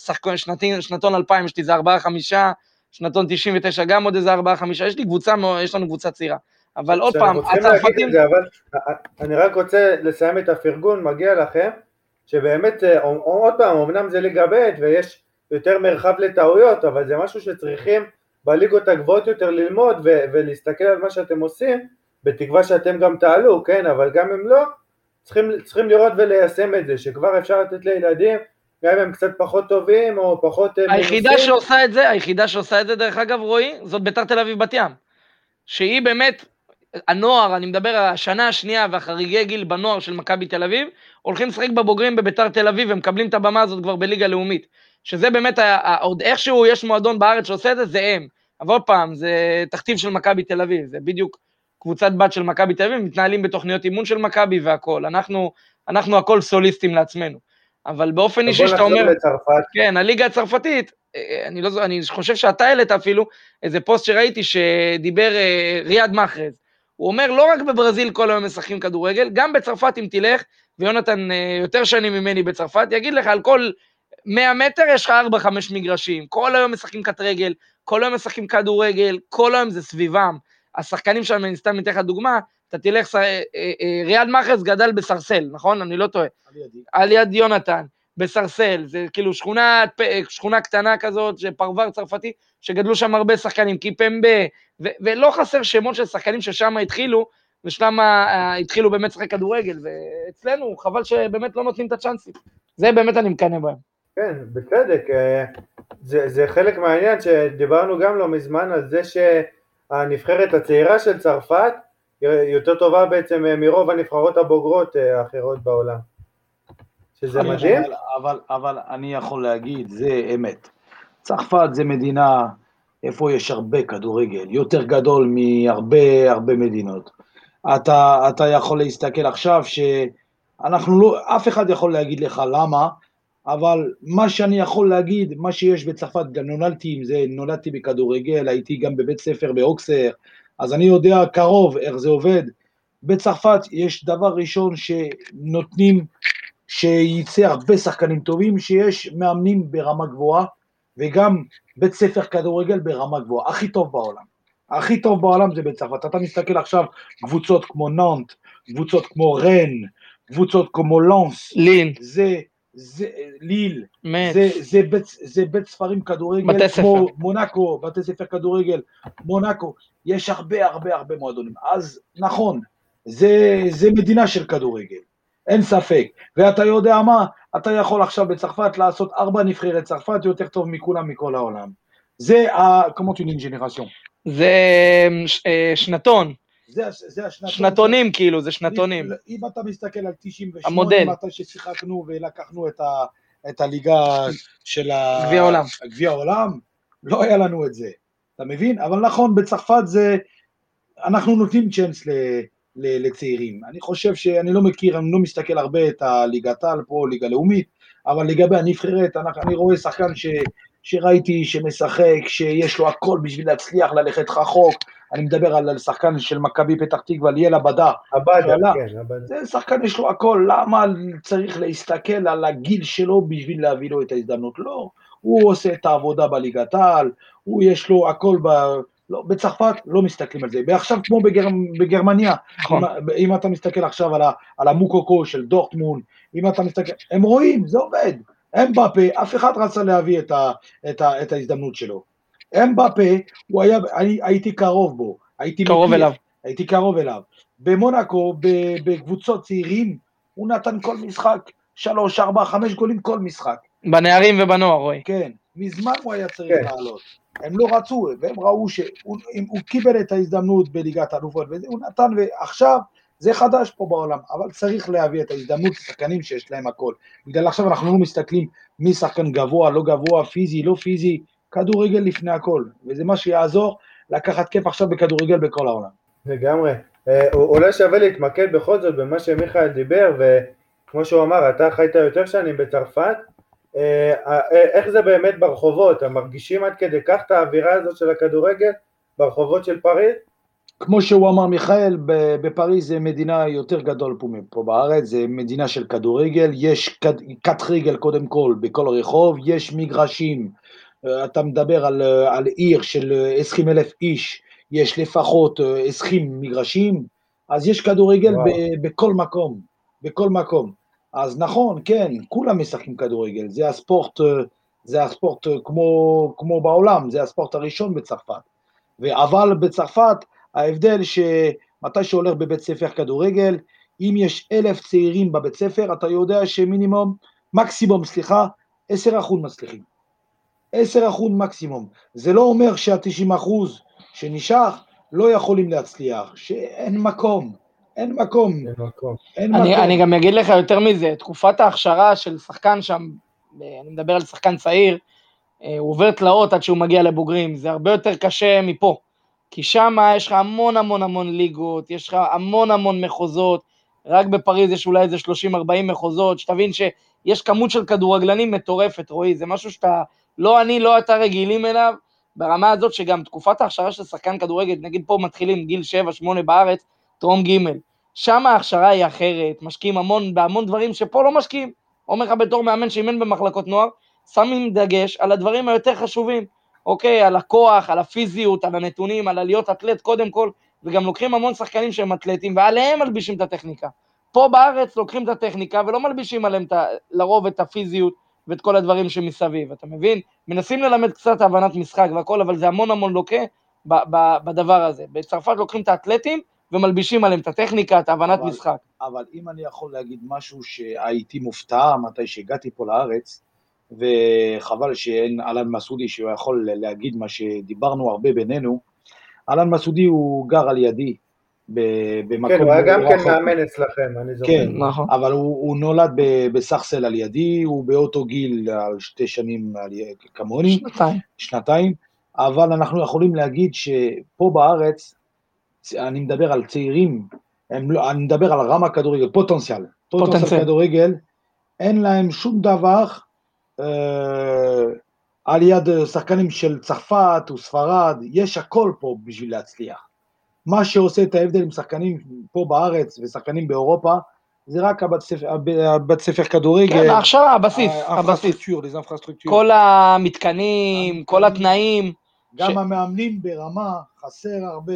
שנתון אלפיים, יש לי זה ארבעה חמישה, שנתון תשעים ותשע גם עוד איזה ארבעה חמישה, יש לי קבוצה, יש לנו קבוצה צעירה, אבל עוד פעם, הצרפתים... אני רק רוצה לסיים את הפרגון, מגיע לכם, שבאמת, עוד פעם, אמנם זה ליגה ב' ויש יותר מרחב לטעויות, אבל זה משהו שצריכים בליגות הגבוהות יותר ללמוד ולהסתכל על מה שאתם עושים, בתקווה שאתם גם תעלו, כן, אבל גם אם לא, צריכים, צריכים לראות וליישם את זה, שכבר אפשר לתת לילדים, גם אם הם קצת פחות טובים או פחות... היחידה מנוסים. שעושה את זה, היחידה שעושה את זה, דרך אגב, רועי, זאת בית"ר תל אביב בת ים, שהיא באמת, הנוער, אני מדבר על השנה השנייה והחריגי גיל בנוער של מכבי תל אביב, הולכים לשחק בבוגרים בבית"ר תל אביב, והם מקבלים את הבמה הזאת כבר בליגה לאומית, שזה באמת, עוד איכשהו יש מועדון בארץ שעושה את זה, זה הם, אבל פעם, זה תכתיב של מכבי תל אביב, זה בדיוק קבוצת בת של מכבי תל אביב, מתנהלים בתוכניות אימון של מכבי והכל, אנחנו, אנחנו הכל סוליסטים לעצמנו, אבל באופן אישי שאתה אומר, כן, הליגה הצרפתית, אני, לא, אני חושב שאתה העלית אפילו, איזה פוסט שראיתי שדיבר ריאד מחרז, הוא אומר לא רק בברזיל כל היום משחקים כדורגל, גם בצרפת אם תלך, ויונתן יותר שנים ממני בצרפת, יגיד לך על כל מאה מטר יש לך ארבע חמש מגרשים, כל היום משחקים כדורגל, כל היום משחקים כדורגל, כל היום זה סביבם, השחקנים שם, אני סתם אתן לך דוגמה, אתה תלך, ריאד מחרז גדל בסרסל, נכון? אני לא טועה. על יד יונתן, בסרסל, זה כאילו שכונה, שכונה קטנה כזאת, פרבר צרפתי, שגדלו שם הרבה שחקנים, קיפמבה, ולא חסר שמות של שחקנים ששם התחילו, ושלם התחילו באמת שחק כדורגל, ואצלנו חבל שבאמת לא נותנים את הצ'אנסים. זה באמת אני מקנה בהם. כן, בצדק, זה, זה חלק מהעניין שדיברנו גם לא מזמן על זה שהנבחרת הצעירה של צרפת יותר טובה בעצם מרוב הנבחרות הבוגרות האחרות בעולם. שזה מדהים. אבל, אבל, אבל אני יכול להגיד, זה אמת. צרפת זה מדינה, איפה יש הרבה כדורגל, יותר גדול מהרבה הרבה מדינות. אתה, אתה יכול להסתכל עכשיו שאנחנו לא, אף אחד יכול להגיד לך למה, אבל מה שאני יכול להגיד, מה שיש בצרפת, גם נולדתי עם זה, נולדתי בכדורגל, הייתי גם בבית ספר באוקסר, אז אני יודע קרוב איך זה עובד. בצרפת יש דבר ראשון שנותנים, שייצא הרבה שחקנים טובים, שיש מאמנים ברמה גבוהה, וגם בית ספר כדורגל ברמה גבוהה, הכי טוב בעולם. הכי טוב בעולם זה בצרפת. אתה מסתכל עכשיו קבוצות כמו נאנט, קבוצות כמו רן, קבוצות כמו לנס, לין, זה, זה, ליל, זה, זה, בית, זה בית ספרים כדורגל, בתי כמו ספר. מונאקו, בתי ספר כדורגל, מונאקו, יש הרבה הרבה הרבה מועדונים. אז נכון, זה, זה מדינה של כדורגל. אין ספק, ואתה יודע מה, אתה יכול עכשיו בצרפת לעשות ארבע נבחרת צרפת יותר טוב מכולם מכל העולם. זה ה... כמו תונין ג'נרציון. זה שנתון. זה, זה השנתון. שנתונים כאילו, זה שנתונים. אם אתה מסתכל על תשעים ושמונה, המודל. מתי ששיחקנו ולקחנו את, ה, את הליגה של גביע העולם. גביע העולם, לא היה לנו את זה. אתה מבין? אבל נכון, בצרפת זה, אנחנו נותנים צ'אנס ל... לצעירים. אני חושב שאני לא מכיר, אני לא מסתכל הרבה את הליגת העל פה, ליגה לאומית, אבל לגבי הנבחרת, אני רואה שחקן ש, שראיתי שמשחק, שיש לו הכל בשביל להצליח ללכת רחוק, אני מדבר על שחקן של מכבי פתח תקווה, ליאל עבדה. עבדה, כן, עבדה. זה שחקן יש לו הכל, למה צריך להסתכל על הגיל שלו בשביל להביא לו את ההזדמנות? לא, הוא עושה את העבודה בליגת העל, הוא יש לו הכל ב... לא, בצרפת לא מסתכלים על זה, ועכשיו כמו בגר... בגרמניה, אם, אם אתה מסתכל עכשיו על, ה... על המוקוקו של דורטמון, אם אתה מסתכל, הם רואים, זה עובד, אמבפה, אף אחד רצה להביא את, ה... את, ה... את ההזדמנות שלו, אמבפה, הוא היה, אני, הייתי קרוב בו, הייתי קרוב מכיר, אליו, הייתי קרוב אליו, במונאקו, בקבוצות צעירים, הוא נתן כל משחק, שלוש, ארבע, חמש גולים כל משחק, בנערים ובנוער, רואי, כן, מזמן הוא היה צריך כן. לעלות, הם לא רצו, והם ראו שהוא קיבל את ההזדמנות בליגת האלופות, הוא נתן, ועכשיו זה חדש פה בעולם, אבל צריך להביא את ההזדמנות לשחקנים שיש להם הכל, בגלל עכשיו אנחנו לא מסתכלים מי שחקן גבוה, לא גבוה, פיזי, לא פיזי, כדורגל לפני הכל, וזה מה שיעזור לקחת כיף עכשיו בכדורגל בכל העולם. לגמרי, אולי שווה להתמקד בכל זאת במה שמיכאל דיבר, וכמו שהוא אמר, אתה חיית יותר שנים בצרפת, איך זה באמת ברחובות? הם מרגישים עד כדי כך את האווירה הזאת של הכדורגל ברחובות של פריז? כמו שהוא אמר מיכאל, בפריז זה מדינה יותר גדול פה, פה בארץ, זה מדינה של כדורגל, יש קט רגל קודם כל בכל רחוב, יש מגרשים, אתה מדבר על, על עיר של עשרים אלף איש, יש לפחות עשרים מגרשים, אז יש כדורגל ב, בכל מקום, בכל מקום. אז נכון, כן, כולם משחקים כדורגל, זה הספורט, זה הספורט כמו, כמו בעולם, זה הספורט הראשון בצרפת. אבל בצרפת, ההבדל שמתי שהולך בבית ספר כדורגל, אם יש אלף צעירים בבית ספר, אתה יודע שמינימום, מקסימום, סליחה, עשרה אחוז מצליחים. עשרה אחוז מקסימום. זה לא אומר שה-תשעים אחוז שנשאר לא יכולים להצליח, שאין מקום, אין מקום. אין מקום. אין אני, מקום. אני גם אגיד לך יותר מזה, תקופת ההכשרה של שחקן שם, אני מדבר על שחקן צעיר, הוא עובר תלאות עד שהוא מגיע לבוגרים, זה הרבה יותר קשה מפה, כי שם יש לך המון המון המון ליגות, יש לך המון המון מחוזות, רק בפריז יש אולי איזה שלושים ארבעים מחוזות, שתבין שיש כמות של כדורגלנים מטורפת, רואי, זה משהו שאתה, לא אני, לא אתה רגילים אליו, ברמה הזאת שגם תקופת ההכשרה של שחקן כדורגל, נגיד פה מתחילים גיל שבע שמונה בארץ, טרום ג' שם ההכשרה היא אחרת, משקיעים המון, בהמון דברים שפה לא משקיעים, אומר לך בתור מאמן שאימן במחלקות נוער, שמים דגש על הדברים היותר חשובים, אוקיי, על הכוח, על הפיזיות, על הנתונים, על להיות אתלט קודם כל, וגם לוקחים המון שחקנים שהם אתלטים, ועליהם מלבישים את הטכניקה. פה בארץ לוקחים את הטכניקה, ולא מלבישים עליהם לרוב את הפיזיות, ואת כל הדברים שמסביב, אתה מבין? מנסים ללמד קצת הבנת משחק והכל, אבל זה המון המון לוקה בדבר הזה. בצרפת לוקחים את האתלטים, ומלבישים עליהם את הטכניקה, את הבנת אבל, משחק. אבל אם אני יכול להגיד משהו שהייתי מופתע, מתי שהגעתי פה לארץ, וחבל שאין אלן מסודי שהוא יכול להגיד מה שדיברנו הרבה בינינו, אלן מסודי הוא גר על ידי, במקום... כן, הוא היה גם כן מאמן אצלכם, אני זוכר. כן, נכון. אבל הוא, הוא נולד בסכסל על ידי, הוא באותו גיל על שתי שנים כמוני, שנתיים. שנתיים, אבל אנחנו יכולים להגיד שפה בארץ, אני מדבר על צעירים, אני מדבר על רמה כדורגל, פוטנציאל, פוטנציאל כדורגל, אין להם שום דבר, על יד שחקנים של צרפת וספרד, יש הכל פה בשביל להצליח. מה שעושה את ההבדל עם שחקנים פה בארץ ושחקנים באירופה, זה רק הבת ספר כדורגל. כן, ההכשרה, הבסיס, הבסיס. כל המתקנים, כל התנאים. גם המאמנים ברמה, חסר הרבה,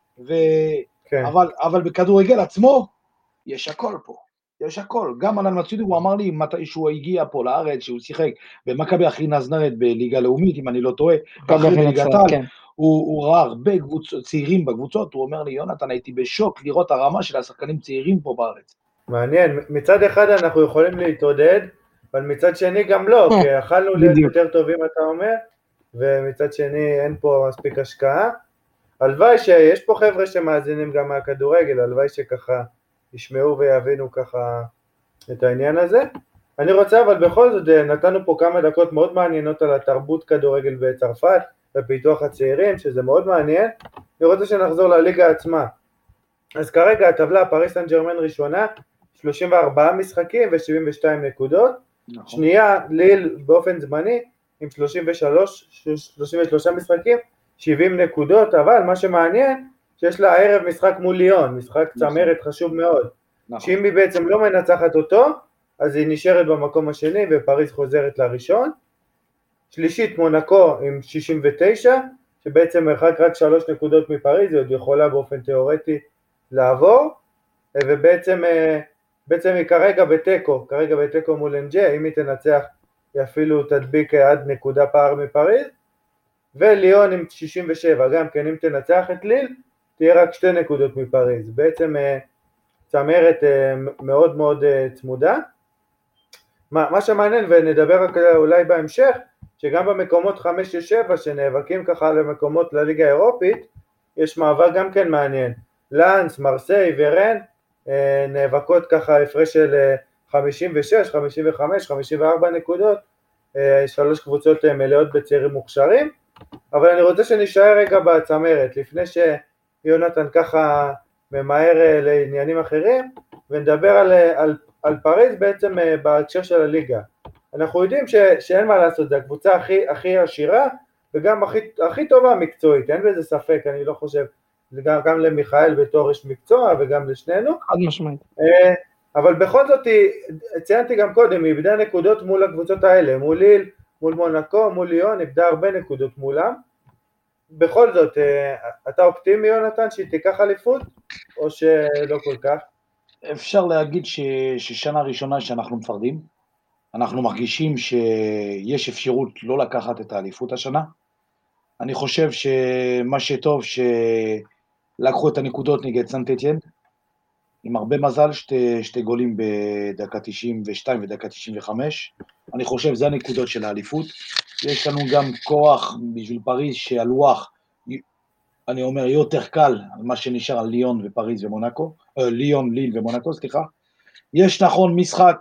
אבל בכדורגל עצמו, יש הכל פה. יש הכל, גם אלן מסודי, הוא אמר לי, מתי שהוא הגיע פה לארץ, שהוא שיחק במכבי אחי נזנרת בליגה לאומית, אם אני לא טועה, אחרי בליגת העל, כן. הוא, הוא ראה הרבה קבוצות, צעירים בקבוצות, הוא אומר לי, יונתן, הייתי בשוק לראות הרמה של השחקנים צעירים פה בארץ. מעניין, מצד אחד אנחנו יכולים להתעודד, אבל מצד שני גם לא, כי אכלנו להיות יותר טובים, אתה אומר, ומצד שני אין פה מספיק השקעה. הלוואי שיש פה חבר'ה שמאזינים גם מהכדורגל, הלוואי שככה ישמעו ויבינו ככה את העניין הזה. אני רוצה, אבל בכל זאת, נתנו פה כמה דקות מאוד מעניינות על התרבות כדורגל בצרפת, ופיתוח הצעירים, שזה מאוד מעניין. אני רוצה שנחזור לליגה עצמה. אז כרגע הטבלה, פריס סן ז'רמן ראשונה, שלושים וארבעה משחקים ו-שבעים ושתיים נקודות. נכון. שנייה, ליל באופן זמני, עם שלושים ושלושה משחקים, שבעים נקודות, אבל מה שמעניין, שיש לה הערב משחק מול ליון, משחק צמרת חשוב מאוד. נכון. שאם היא בעצם לא מנצחת אותו, אז היא נשארת במקום השני, ופריס חוזרת לראשון. שלישית מונקו עם שישים ותשע, שבעצם מרחק רק שלוש נקודות מפריז, היא עוד יכולה באופן תיאורטי לעבור, ובעצם בעצם היא כרגע בטקו, כרגע בטקו מול אנג'ה, אם היא תנצח, היא אפילו תדביק עד נקודה פער מפריז, וליון עם שישים ושבע, גם כן אם תנצח את ליל, תהיה רק שתי נקודות מפריז, בעצם צמרת מאוד מאוד צמודה. מה, מה שמעניין, ונדבר רק אולי בהמשך, שגם במקומות חמש ושבע שנאבקים ככה למקומות לליגה האירופית, יש מעבר גם כן מעניין. לאנס, מרסיי ורן נאבקות ככה הפרש של חמישים ושש, חמישים וחמש, חמישים וארבע נקודות, שלוש קבוצות מלאות בצעירים מוכשרים, אבל אני רוצה שנשאר רגע בצמרת, לפני שיונתן ככה ממהר לעניינים אחרים, ונדבר על, על, על פריז בעצם בהקשר של הליגה. אנחנו יודעים ש, שאין מה לעשות, זו הקבוצה הכי, הכי עשירה, וגם הכי, הכי טובה מקצועית, אין בזה ספק, אני לא חושב גם, גם למיכאל בתור איש מקצוע וגם לשנינו. חד משמעית. אבל בכל זאת, ציינתי גם קודם, היא איבדה נקודות מול הקבוצות האלה, מול ליל, מול מונקו, מול ליון, איבדה הרבה נקודות מולם. בכל זאת, אתה אופטימי יונתן שהיא תיקח אליפות, או שלא כל כך? אפשר להגיד ש, ששנה ראשונה שאנחנו מפרדים, אנחנו מרגישים שיש אפשרות לא לקחת את האליפות השנה. אני חושב שמה שטוב שלקחו את הנקודות נגד סנט אתיין, עם הרבה מזל, שתי, שתי גולים בדקה תשעים ושתיים ודקה תשעים וחמש. אני חושב זה הנקודות של האליפות. יש לנו גם כוח בשביל פריז שהלוח, אני אומר, יותר קל על מה שנשאר על ליון ופריז ומונקו, אה, ליון, ליל ומונקו, סליחה. יש נכון משחק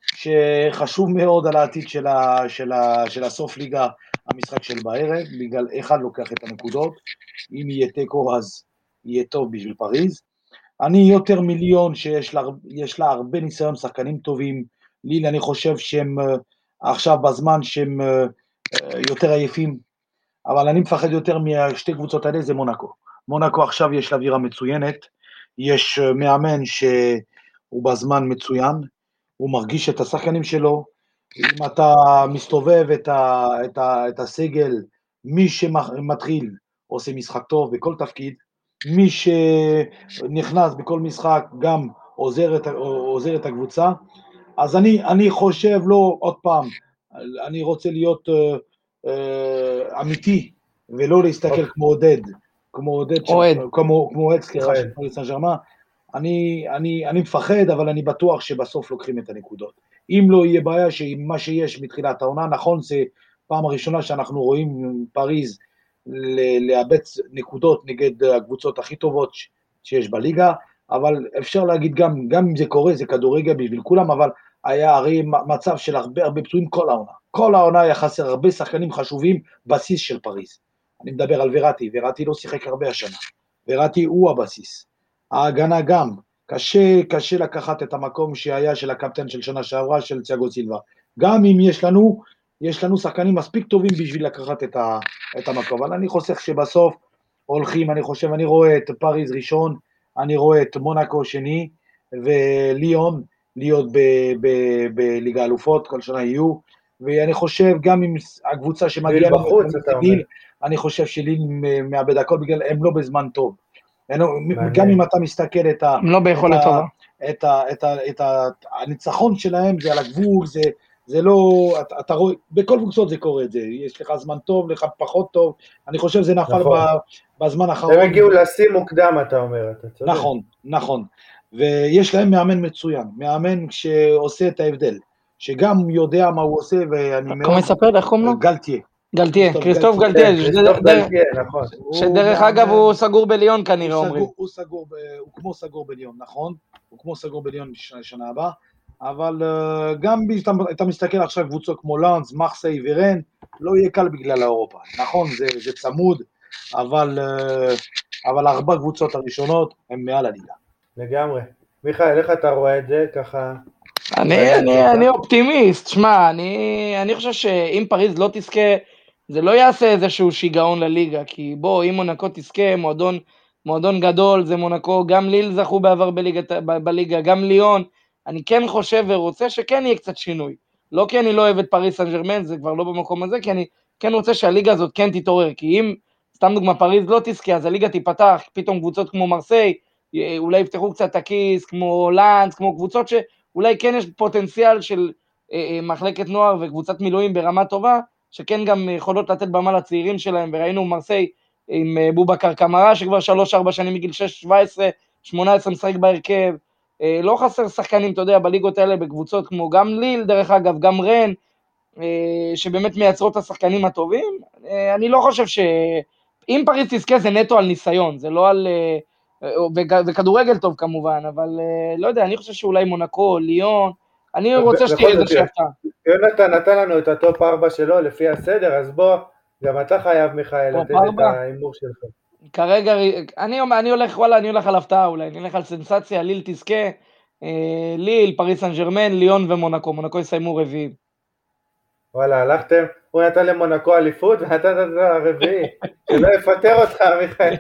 שחשוב מאוד על העתיד של, ה, של, ה, של הסוף ליגה, המשחק של בערב, בגלל אחד לוקח את הנקודות, אם יהיה תיקו אז יהיה טוב בשביל פריז. אני יותר מיליון שיש לה, יש לה הרבה ניסיון, שחקנים טובים, ליל אני חושב שהם עכשיו בזמן שהם יותר עייפים, אבל אני מפחד יותר מהשתי קבוצות האלה, זה מונקו. מונקו עכשיו יש לה אווירה מצוינת, יש מאמן שהוא בזמן מצוין, הוא מרגיש את השחקנים שלו, אם אתה מסתובב את, ה, את, ה, את הסגל, מי שמתחיל עושה משחק טוב בכל תפקיד, מי שנכנס בכל משחק גם עוזר את, עוזר את הקבוצה, אז אני, אני חושב לא, עוד פעם, אני רוצה להיות uh, uh, אמיתי, ולא להסתכל okay. כמו עודד, כמו עודד, אוהד. כמו, כמו עודד, סליחה, של פריז סן ז'רמן, אני, אני, אני מפחד, אבל אני בטוח שבסוף לוקחים את הנקודות. אם לא יהיה בעיה שמה שיש מתחילת העונה, נכון, זה פעם הראשונה שאנחנו רואים פריז לאבד נקודות נגד הקבוצות הכי טובות שיש בליגה, אבל אפשר להגיד גם, גם אם זה קורה, זה כדורגל בשביל כולם, אבל היה הרי מצב של הרבה הרבה פצועים כל העונה. כל העונה היה חסר הרבה שחקנים חשובים בסיס של פריז. אני מדבר על וראטי, וראטי לא שיחק הרבה השנה. וראטי הוא הבסיס. ההגנה גם, קשה, קשה לקחת את המקום שהיה של הקפטן של שנה שעברה, של תיאגו סילבה. גם אם יש לנו, יש לנו שחקנים מספיק טובים בשביל לקחת את, ה, את המקום. אבל אני חוסך שבסוף הולכים, אני חושב, אני רואה את פריז ראשון, אני רואה את מונקו שני, וליון, להיות בליגה אלופות, כל שנה יהיו, ואני חושב גם עם הקבוצה שמגיעה בחוץ, ליל, אני חושב שליל מאבד הכל בגלל הם לא בזמן טוב. גם אם אתה מסתכל את ה... לא ביכולת טובה. את ה... את ה... את ה... הניצחון שלהם זה על הגבול, זה... זה לא... אתה, אתה רואה... בכל קבוצות זה קורה את זה. יש לך זמן טוב, לך פחות טוב. אני חושב זה נפל נכון. ב... בזמן האחרון. הם הגיעו לשים מוקדם, אתה אומר. אתה צודק. נכון, נכון. ויש להם מאמן מצוין. מאמן שעושה את ההבדל. שגם יודע מה הוא עושה, ואני מאוד... כמו מספר, איך קוראים לו? גלטיה. גלטיה, כריסטוף גלטיה, נכון. שדרך אגב הוא סגור בליון כנראה אומרים. הוא סגור, הוא כמו סגור בליון, נכון? הוא כמו סגור בליון בשנה הבאה, אבל גם אתה מסתכל עכשיו קבוצות כמו לאנס, מחסי ורן, לא יהיה קל בגלל האירופה, נכון? זה צמוד, אבל ארבע קבוצות הראשונות הן מעל הליגה. לגמרי. מיכאל, איך אתה רואה את זה ככה? אני, אני, אני אופטימיסט, שמה, אני, אני חושב שאם פריז לא תזכה, זה לא יעשה איזשהו שיגעון לליגה, כי בוא, אם מונקו תזכה, מועדון, מועדון גדול, זה מונקו, גם ליל זכו בעבר בליגה, בליגה, גם ליון, אני כן חושב ורוצה שכן יהיה קצת שינוי, לא כי אני לא אוהב את פריז סן ז'רמן, זה כבר לא במקום הזה, כי אני כן רוצה שהליגה הזאת כן תתעורר, כי אם, סתם דוגמה, פריז לא תזכה, אז הליגה תיפתח, פתאום קבוצות כמו מרסיי, אולי יפתחו קצת תקיס, כמו לנס, כמו קבוצות שאולי כן יש פוטנציאל של אה, אה, מחלקת נוער וקבוצת מילואים ברמה טובה, שכן גם יכולות לתת במה לצעירים שלהם, וראינו מרסיי עם אה, בובקר קמרה, שכבר שלוש ארבע שנים מגיל שש, שבע עשרה, שמונה עשרה משחק בהרכב, אה, לא חסר שחקנים, אתה יודע, בליגות האלה, בקבוצות כמו גם ליל, דרך אגב, גם רן, אה, שבאמת מייצרות את השחקנים הטובים, אה, אני לא חושב ש... אם פריז תזכה זה נטו על ניסיון, זה לא על... אה, וכדורגל טוב כמובן, אבל לא יודע, אני חושב שאולי מונקו, ליון, אני רוצה שתהיה איזה שפטה. יונתן נתן לנו את הטופ ארבע שלו לפי הסדר, אז בוא, גם אתה חייב מיכאל, לתת את האימור שלך. כרגע, אני הולך, וואלה, אני הולך על הפתעה אולי, אני הולך על סנסציה, ליל תזכה, ליל, פריז סן ז'רמן, ליון ומונקו, מונקו יסיימו רביעים. וואלה, הלכתם, הוא נתן למונקו אליפות, ונתן את הרביעי, שלא יפטר אותך, מיכאל.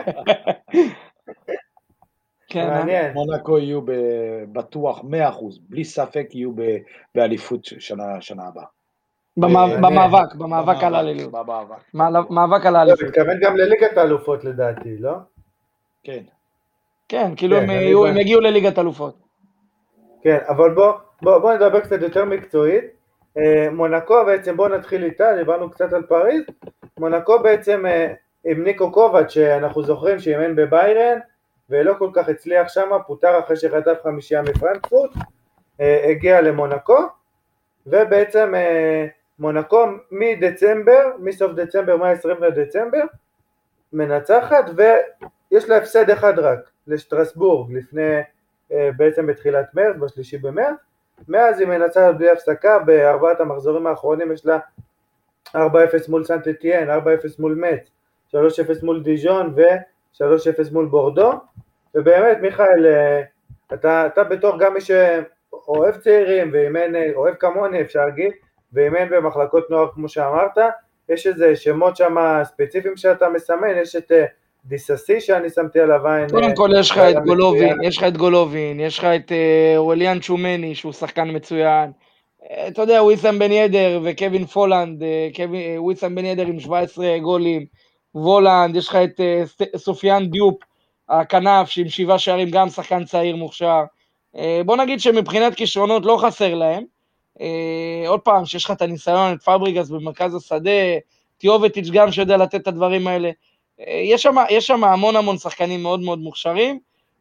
מעניין. מונקו יהיו בטוח מאה אחוז, בלי ספק יהיו באליפות שנה הבאה. במאבק, במאבק על האליפות. מאבק על האליפות. הוא מתכוון גם לליגת האלופות לדעתי, לא? כן. כן, כאילו הם הגיעו לליגת האלופות. כן, אבל בואו נדבר קצת יותר מקצועית. מונקו בעצם, בואו נתחיל איתה, דיברנו קצת על פריז. מונקו בעצם עם ניקו קובץ' שאנחנו זוכרים שאימן בביירן, ולא כל כך הצליח שם, פוטר אחרי שחטף חמישייה מפרנקפורט, הגיע למונקו, ובעצם מונקו מדצמבר, מסוף דצמבר, מה-עשרים לדצמבר, מנצחת, ויש לה הפסד אחד רק, לשטרסבורג, לפני, בעצם בתחילת מרץ, בשלישי במרץ, מאז היא מנצחת בלי הפסקה, בארבעת המחזורים האחרונים יש לה ארבע אפס מול סנט אתיין, ארבע אפס מול מץ, שלוש אפס מול דיז'ון ו-שלוש אפס מול בורדו, ובאמת מיכאל, אתה, אתה בתור גם מי שאוהב צעירים, ואימן, אוהב כמוני אפשר להגיד, ואימן במחלקות נוער כמו שאמרת, יש איזה שמות שם ספציפיים שאתה מסמן, יש את דיססי שאני שמתי עליו עין. קודם כל יש לך את גולובין, יש לך את גולובין, יש לך את אוליאן צ'ומני שהוא שחקן מצוין, אתה יודע, וויסם בן ידר וקווין פולנד, וויסם בן ידר עם שבע עשרה גולים, וולנד, יש לך את סופיאן דיופ, הכנף שעם שבעה שערים גם שחקן צעיר מוכשר. בוא נגיד שמבחינת כישרונות לא חסר להם, עוד פעם שיש לך את הניסיון, את פאבריגס במרכז השדה, טיובטיץ' גם שיודע לתת את הדברים האלה, יש שם, יש שם המון המון שחקנים מאוד מאוד מוכשרים,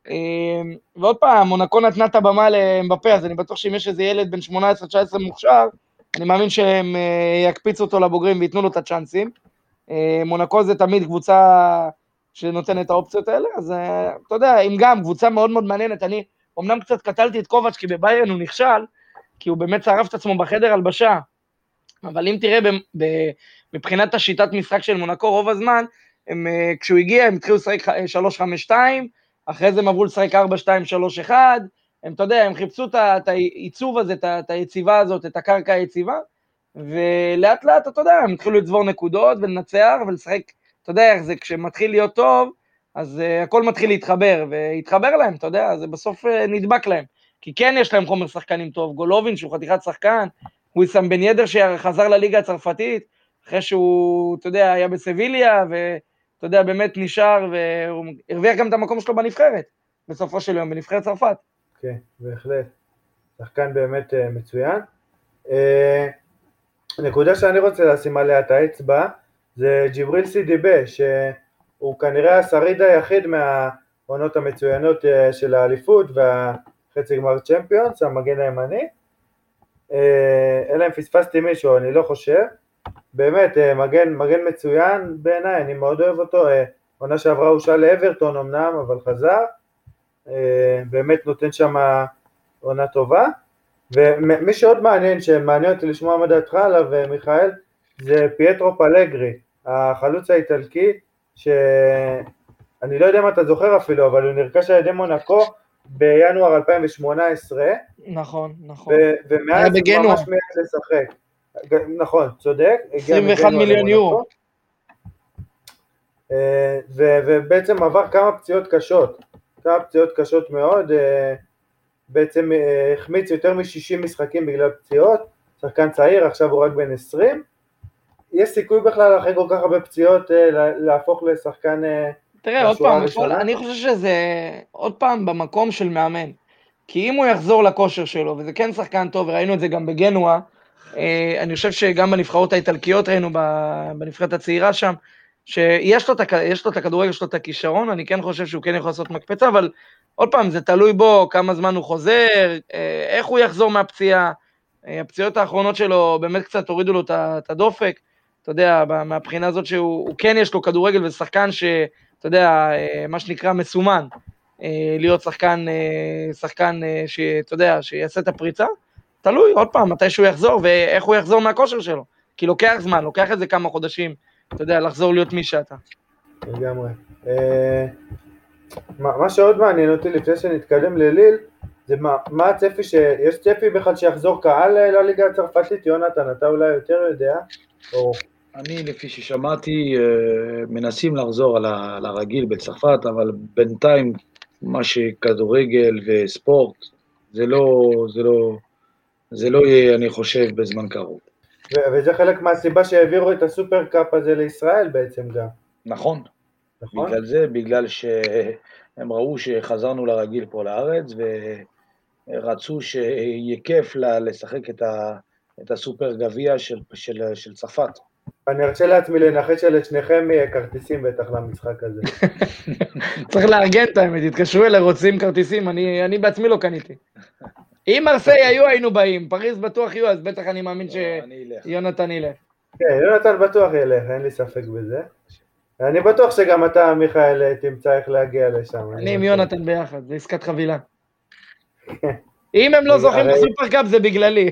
ועוד פעם, מונקו נתנה את הבמה לאמבפה, אז אני בטוח שאם יש איזה ילד בן שמונה עשרה תשע עשרה מוכשר, אני מאמין שהם יקפיצו אותו לבוגרים ויתנו לו את הצ'אנסים. מונקו זה תמיד קבוצה שנותן את האופציות האלה, אז אתה יודע, אם גם קבוצה מאוד מאוד מעניינת, אני אמנם קצת קטלתי את קובץ' כי בביירן הוא נכשל, כי הוא באמת שרף את עצמו בחדר הלבשה, אבל אם תראה מבחינת השיטת משחק של מונקו רוב הזמן, הם, כשהוא הגיע הם התחילו לשחק שלוש חמש שתיים, אחרי זה הם עברו לשחק ארבע שתיים שלוש אחת, הם, אתה יודע, הם חיפשו את העיצוב הזה, את היציבה הזאת, את הקרקע היציבה, ולאט לאט, אתה יודע, הם התחילו לצבור נקודות ולנצח ולשחק, אתה יודע איך זה, כשמתחיל להיות טוב, אז uh, הכל מתחיל להתחבר, והתחבר להם, אתה יודע, זה בסוף uh, נדבק להם, כי כן יש להם חומר שחקנים טוב, גולובין שהוא חתיכת שחקן, וויסם בן ידר שחזר לליגה הצרפתית, אחרי שהוא, אתה יודע, היה בסביליה, ואתה יודע, באמת נשאר, והוא הרוויח גם את המקום שלו בנבחרת, בסופו של יום, בנבחרת צרפת. כן, בהחלט. שחקן באמת uh, מצוין. Uh, נקודה שאני רוצה לשים עליה את האצבע, זה ג'יבריל סידיבה, שהוא כנראה השריד היחיד מהעונות המצוינות uh, של האליפות, והחצי גמר צ'מפיונס, המגן הימני. Uh, אלא אם פספסתי מישהו, אני לא חושב. באמת, מגן, מגן מצוין בעיניי, אני מאוד אוהב אותו, עונה שעברה הוא שאל לאברטון אמנם, אבל חזר, באמת נותן שם עונה טובה, ומי שעוד מעניין, שמעניין אותי לשמוע מה דעתך עליו, מיכאל, זה פייטרו פלגרי, החלוץ האיטלקי, שאני לא יודע מה אתה זוכר אפילו, אבל הוא נרכש על ידי מונקו בינואר אלפיים שמונה עשרה, נכון, נכון, ומאז הוא ממש מייד לשחק. נכון, צודק. עשרים ואחד מיליון יורו. ובעצם עבר כמה פציעות קשות, כמה פציעות קשות מאוד, בעצם החמיץ יותר מ-שישים משחקים בגלל פציעות, שחקן צעיר, עכשיו הוא רק בן עשרים, יש סיכוי בכלל אחרי כל כך הרבה פציעות להפוך לשחקן... תראה, עוד פעם, אני חושב שזה עוד פעם במקום של מאמן, כי אם הוא יחזור לכושר שלו, וזה כן שחקן טוב, וראינו את זה גם בגנואה, אני חושב שגם בנבחרות האיטלקיות ראינו בנבחרת הצעירה שם, שיש לו את הכדורגל, יש לו את הכישרון, אני כן חושב שהוא כן יכול לעשות מקפצה, אבל עוד פעם, זה תלוי בו, כמה זמן הוא חוזר, איך הוא יחזור מהפציעה, הפציעות האחרונות שלו באמת קצת הורידו לו את הדופק, אתה יודע, מהבחינה הזאת שהוא כן יש לו כדורגל ושחקן שאתה יודע, מה שנקרא מסומן, להיות שחקן, שחקן שאתה יודע, שיעשה את הפריצה, תלוי, עוד פעם, מתי שהוא יחזור, ואיך הוא יחזור מהכושר שלו, כי לוקח זמן, לוקח את זה כמה חודשים, אתה יודע, לחזור להיות מי שאתה. לגמרי. מה שעוד מעניין אותי לפני שנתקדם לליל, זה מה, מה הצפי, שיש צפי בכלל שיחזור קהל לליגה הצרפתית? יונתן, אתה אולי יותר יודע? או... אני, לפי ששמעתי, מנסים לחזור על הרגיל בצרפת, אבל בינתיים מה שכדורגל וספורט, זה לא, זה לא, זה לא יהיה, אני חושב, בזמן קרוב. וזה חלק מהסיבה שהעבירו את הסופר קאפ הזה לישראל בעצם גם. נכון. נכון? בגלל זה, בגלל שהם ראו שחזרנו לרגיל פה לארץ, ורצו שיהיה כיף לשחק את, ה, את הסופר גביע של, של, של צרפת. אני ארשה לעצמי לנחש שלשניכם כרטיסים בטח למשחק הזה. צריך לארגן את האמת, תתקשרו אליי, רוצים כרטיסים, אני, אני בעצמי לא קניתי. אם מרסיי היו, היינו באים, פריז בטוח יהיו, אז בטח אני מאמין שיונתן ילך. כן, יונתן בטוח ילך, אין לי ספק בזה. אני בטוח שגם אתה, מיכאל, תמצא איך להגיע לשם. אני עם יונתן ביחד, זה עסקת חבילה. אם הם לא זוכים בסופרקאפ זה בגללי.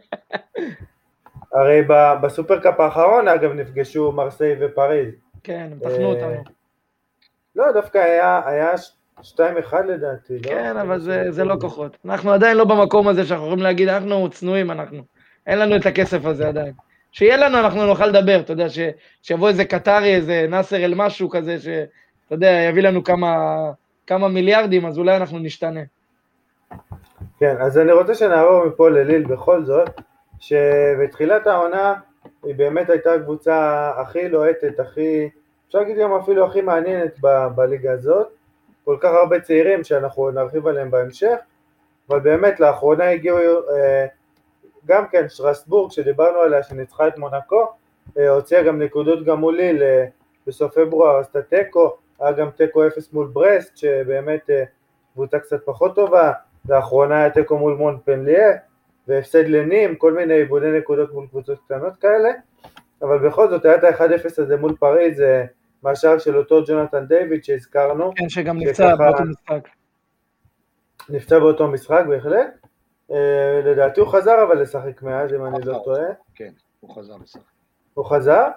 הרי בסופרקאפ האחרון, אגב, נפגשו מרסיי ופריז. כן, הם תחנו אותנו. לא, דווקא היה שתיים אחד לדעתי, לא? כן, אבל זה לא כוחות. אנחנו עדיין לא במקום הזה שאנחנו יכולים להגיד, אנחנו צנועים, אנחנו. אין לנו את הכסף הזה עדיין. שיהיה לנו, אנחנו נוכל לדבר, אתה יודע, שיבוא איזה קטרי, איזה נאסר אל משהו כזה, שאתה יודע, יביא לנו כמה, כמה מיליארדים, אז אולי אנחנו נשתנה. כן, אז אני רוצה שנעבור מפה לליל בכל זאת, שבתחילת העונה היא באמת הייתה הקבוצה הכי לוהטת, הכי, אפשר להגיד גם אפילו הכי מעניינת ב- בליגה הזאת, כל כך הרבה צעירים שאנחנו נרחיב עליהם בהמשך, אבל באמת לאחרונה הגיעו אה, גם כן שטרסבורג שדיברנו עליה שניצחה את מונקו, אה, הוציאה גם נקודות גם מול ליל, אה, בסוף פברואר עשתה תיקו, היה גם תיקו אפס מול ברסט שבאמת אה, קבוצה קצת פחות טובה, לאחרונה היה תיקו מול מונפליה, והפסד לנים, כל מיני עיבודי נקודות מול קבוצות קטנות כאלה, אבל בכל זאת היה את ה-אחד אפס הזה מול פריז, מהשאר של אותו ג'ונתן דיוויד שהזכרנו. כן, שגם נפצע באותו משחק. נפצע באותו משחק, בהחלט. לדעתי הוא חזר אבל לשחק מאז, אם אני לא טועה. כן, הוא חזר לשחק. הוא חזר,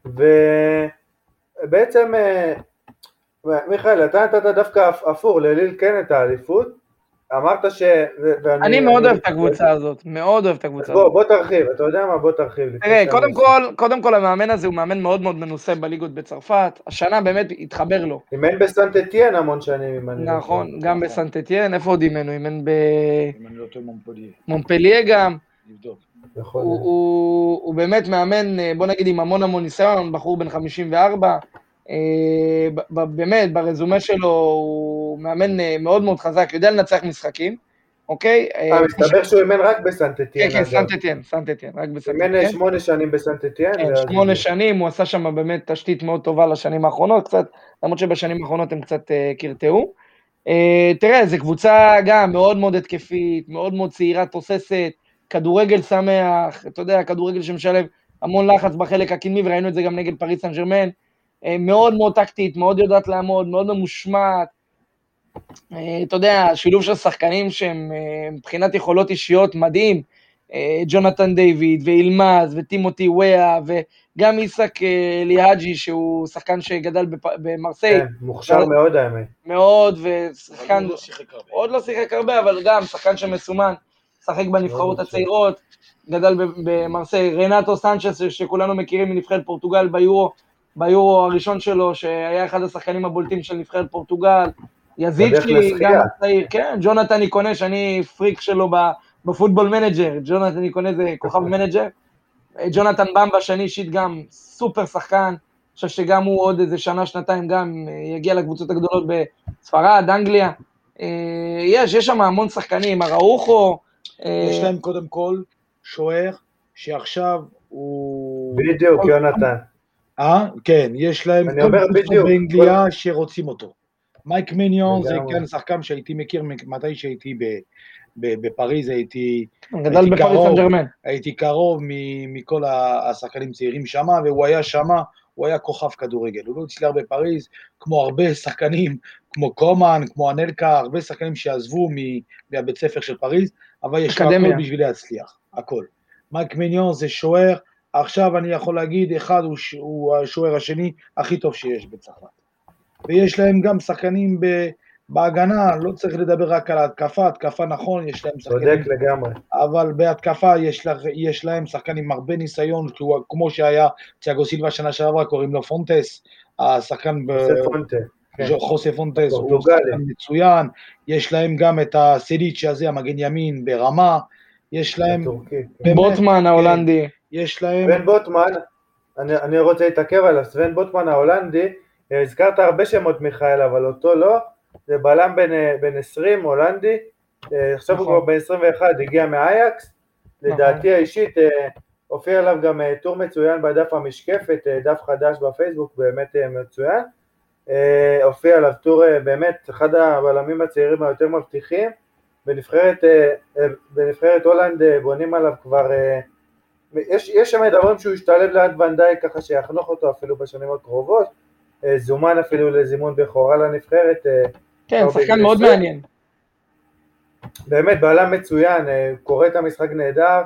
ובעצם, מיכאל, אתה נתת דווקא אפור לליל כן את האליפות, אמרת ש... אני מאוד אוהב את הקבוצה הזאת, מאוד אוהב את הקבוצה הזאת. בוא תרחיב, אתה יודע מה? בוא תרחיב. תראה, קודם כל, קודם כל המאמן הזה הוא מאמן מאוד מאוד מנוסה בליגות בצרפת, השנה באמת התחבר לו. אימן בסנט אתיין המון שנים. נכון, גם בסנט אתיין, איפה עוד אימן? הוא אימן ב... אימן לא טוב מונפליה. מונפליה גם. לבדוק. הוא באמת מאמן, בוא נגיד עם המון המון ניסיון, בחור בן חמישים וארבע, באמת ברזומה שלו הוא מאמן מאוד מאוד חזק, יודע לנצח משחקים, אוקיי? אה, מסתבר שהוא אימן רק בסנט אתיין. כן, כן, סנט אתיין, סנט אתיין, רק בסנט אתיין. אימן שמונה שנים בסנט אתיין. כן, שמונה שנים, הוא עשה שם באמת תשתית מאוד טובה לשנים האחרונות, קצת, למרות שבשנים האחרונות הם קצת קרטעו. תראה, זו קבוצה גם מאוד מאוד התקפית, מאוד מאוד צעירה, תוססת, כדורגל שמח, אתה יודע, כדורגל שמשלב המון לחץ בחלק הקדמי, וראינו את זה גם נגד פריז סן ז'רמן, מאוד מאוד טקטית, מאוד יודעת לעמוד, מאוד ממושמעת, אתה יודע, שילוב של שחקנים שהם מבחינת יכולות אישיות מדהים, ג'ונתן דיוויד ואילמז וטימותי וויה וגם איסק ליהג'י שהוא שחקן שגדל במרסיי. כן, מוכשר מאוד האמת. מאוד, ושחקן, עוד לא שיחק הרבה, אבל גם שחקן שמסומן, שחק בנבחרות הצעירות, גדל במרסיי. רנטו סנצ'ס שכולנו מכירים מנבחרת פורטוגל ביורו, ביורו הראשון שלו, שהיה אחד השחקנים הבולטים של נבחרת פורטוגל, יזיצ'י, גם הצעיר, כן, ג'ונתן איקונה, שאני פריק שלו בפוטבול מנג'ר, ג'ונתן איקונה זה כוכב מנג'ר, ג'ונתן במבה, שאני אישית גם סופר שחקן, אני חושב שגם הוא עוד איזה שנה, שנתיים גם יגיע לקבוצות הגדולות בספרד, אנגליה, יש, יש שם המון שחקנים, הראוכו, יש להם קודם כל שוער, שעכשיו הוא... בדיוק, יונתן. אה? כן, יש להם קבוצה באנגליה שרוצים אותו. מייק מיניון זה כן שחקן שהייתי מכיר, מתי שהייתי בפריז, הייתי גדל בפריז סן ז'רמן. הייתי קרוב מכל השחקנים צעירים שם, והוא היה שם, הוא היה כוכב כדורגל. הוא לא הצליח בפריז, כמו הרבה שחקנים, כמו קומן, כמו אנלקה, הרבה שחקנים שעזבו מהבית ספר של פריז, אבל יש לו הכל בשביל להצליח, הכל. מייק מיניון זה שוער, עכשיו אני יכול להגיד, אחד הוא השוער השני הכי טוב שיש בצרפת. ויש להם גם שחקנים בהגנה לא צריך לדבר רק על ההתקפה, התקפה נכון, יש להם שחקנים, צודק לגמרי. אבל בהתקפה יש, לה, יש להם שחקנים עם הרבה ניסיון, כמו שהיה תיאגו סילבה שנה שעברה, קוראים לו פונטס, השחקן חוסה פונטה, כן. חוסה פונטס, הוא פורטוגלי. שחקן מצוין, יש להם גם את הסליץ' הזה, המגן ימין ברמה, יש להם... הטורקי. באמת, בוטמן ההולנדי. יש להם... סוון בוטמן, אני, אני רוצה להתעכב עליו, סוון בוטמן ההולנדי, הזכרת הרבה שמות מיכאל, אבל אותו לא, זה בלם בין, בין עשרים, הולנדי, עכשיו נכון. הוא כבר ב-עשרים ואחת, הגיע מאייקס, נכון. לדעתי האישית, הופיע עליו גם טור מצוין בדף המשקפת, דף חדש בפייסבוק, באמת מצוין, הופיע עליו טור באמת, אחד הבלמים הצעירים היותר מבטיחים, בנבחרת, בנבחרת הולנד בונים עליו כבר, יש, יש שם מדברים שהוא ישתלב ליד ונדאי ככה שיחנוך אותו אפילו בשנים הקרובות, זומן אפילו לזימון בכורה לנבחרת. כן, שחקן מאוד מעניין. באמת, בלם מצוין, קורא את המשחק נהדר,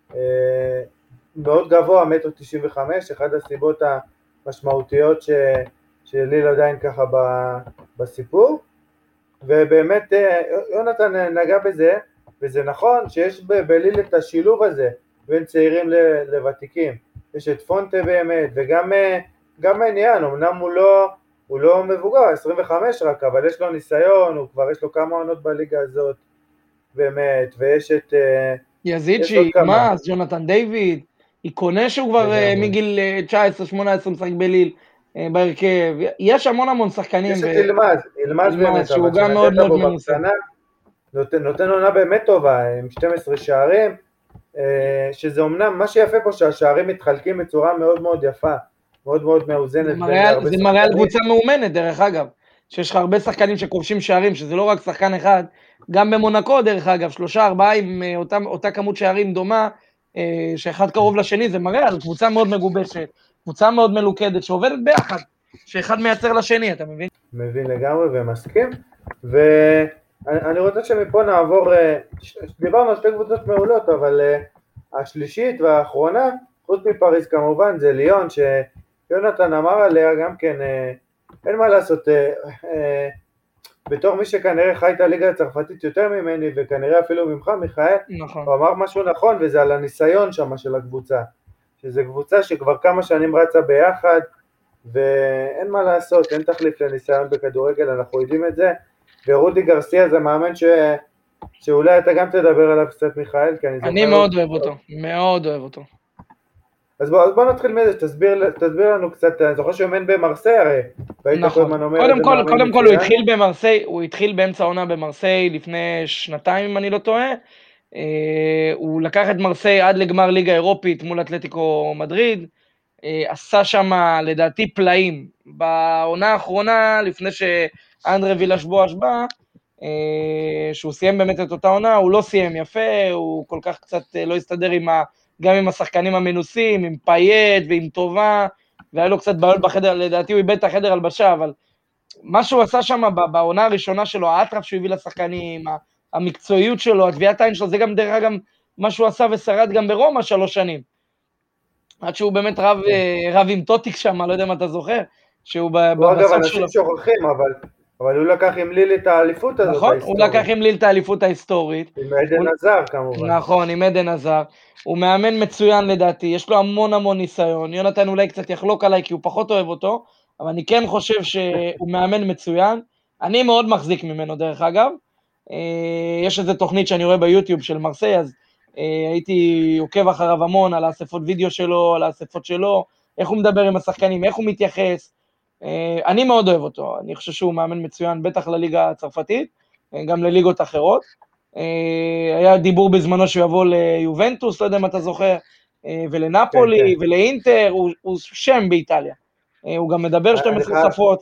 מאוד גבוה, מטר תשעים וחמש, אחד הסיבות המשמעותיות ש, שליל עדיין ככה ב, בסיפור, ובאמת יונתן נגע בזה, וזה נכון שיש בליל את השילוב הזה, בין צעירים לוותיקים, יש את פונטה באמת, וגם גם עניין, אמנם הוא לא, הוא לא מבוגר, עשרים וחמש רק, אבל יש לו ניסיון, הוא כבר יש לו כמה עונות בליגה הזאת, באמת, ויש את... יזיצ'י, מאז, ג'ונתן דיוויד, איקונה שהוא כבר מגיל תשע עשרה שמונה עשרה משחק בליל, בהרכב, יש המון המון שחקנים. יש את ילמז, ילמז באמת, שהוא גם מאוד מאוד מנוסה. נותן עונה באמת טובה, עם שנים עשר שערים, שזה אומנם, מה שיפה פה שהשערים מתחלקים בצורה מאוד מאוד יפה, מאוד מאוד מאוזנת. זה מראה על קבוצה מאומנת דרך אגב, שיש לך הרבה שחקנים שכובשים שערים, שזה לא רק שחקן אחד, גם במונקו דרך אגב, שלושה ארבעה עם אותה, אותה כמות שערים דומה, שאחד קרוב לשני, זה מראה על קבוצה מאוד מגובשת, קבוצה מאוד מלוכדת, שעובדת ביחד, שאחד מייצר לשני, אתה מבין? מבין לגמרי ומסכים, ו... אני רוצה שמפה נעבור, דיברנו על שתי קבוצות מעולות, אבל השלישית והאחרונה, חוץ מפריז כמובן, זה ליון, שיונתן אמר עליה גם כן, אין מה לעשות, בתור מי שכנראה חי את הליגה הצרפתית יותר ממני, וכנראה אפילו ממך מיכאל, נכון. הוא אמר משהו נכון, וזה על הניסיון שם של הקבוצה, שזו קבוצה שכבר כמה שנים רצה ביחד, ואין מה לעשות, אין תחליף לניסיון בכדורגל, אנחנו יודעים את זה, ורודי גרסיה זה מאמן ש... שאולי אתה גם תדבר עליו קצת מיכאל, כי אני זוכר... אני מאוד אוהב אותו, מאוד אוהב אותו. אז בוא, אז בוא נתחיל מזה, תסביר, תסביר לנו קצת, אני זוכר שהוא מאמן במרסיי הרי, נכון, קודם כל, קודם כל הוא התחיל במרסיי, הוא התחיל באמצע העונה במרסיי לפני שנתיים אם אני לא טועה, הוא לקח את מרסיי עד לגמר ליגה אירופית מול אתלטיקו מדריד, עשה שם לדעתי פלאים, בעונה האחרונה לפני ש... אנדרה וילש בואש בא, שהוא סיים באמת את אותה עונה, הוא לא סיים יפה, הוא כל כך קצת לא הסתדר עם ה, גם עם השחקנים המנוסים, עם פייט ועם טובה, והיה לו קצת בעיות בחדר, לדעתי הוא איבד את החדר הלבשה, אבל מה שהוא עשה שם בעונה הראשונה שלו, האטרף שהוא הביא לשחקנים, המקצועיות שלו, התביעת העין שלו, זה גם דרך אגב מה שהוא עשה ושרד גם ברומא שלוש שנים, עד שהוא באמת רב, רב עם טוטיק שם, לא יודע מה אתה זוכר, שהוא בסוף שלו. אנשים שוכחים, אבל... אבל הוא לקח עם ליל את האליפות הזאת. נכון, הוא לקח עם ליל את האליפות ההיסטורית. עם עדן עזר כמובן. נכון, עם עדן עזר. הוא מאמן מצוין לדעתי, יש לו המון המון ניסיון. יונתן אולי קצת יחלוק עליי כי הוא פחות אוהב אותו, אבל אני כן חושב שהוא מאמן מצוין. אני מאוד מחזיק ממנו דרך אגב. יש איזו תוכנית שאני רואה ביוטיוב של מרסיי, אז הייתי עוקב אחריו המון על האספות וידאו שלו, על האספות שלו, איך הוא מדבר עם השחקנים, איך הוא מתייחס. אני מאוד אוהב אותו, אני חושב שהוא מאמן מצוין, בטח לליגה הצרפתית, גם לליגות אחרות. היה דיבור בזמנו שהוא יבוא ליובנטוס, לא יודע אם אתה זוכר, ולנפולי, ולאינטר, הוא שם באיטליה. הוא גם מדבר שתים עשרה שפות,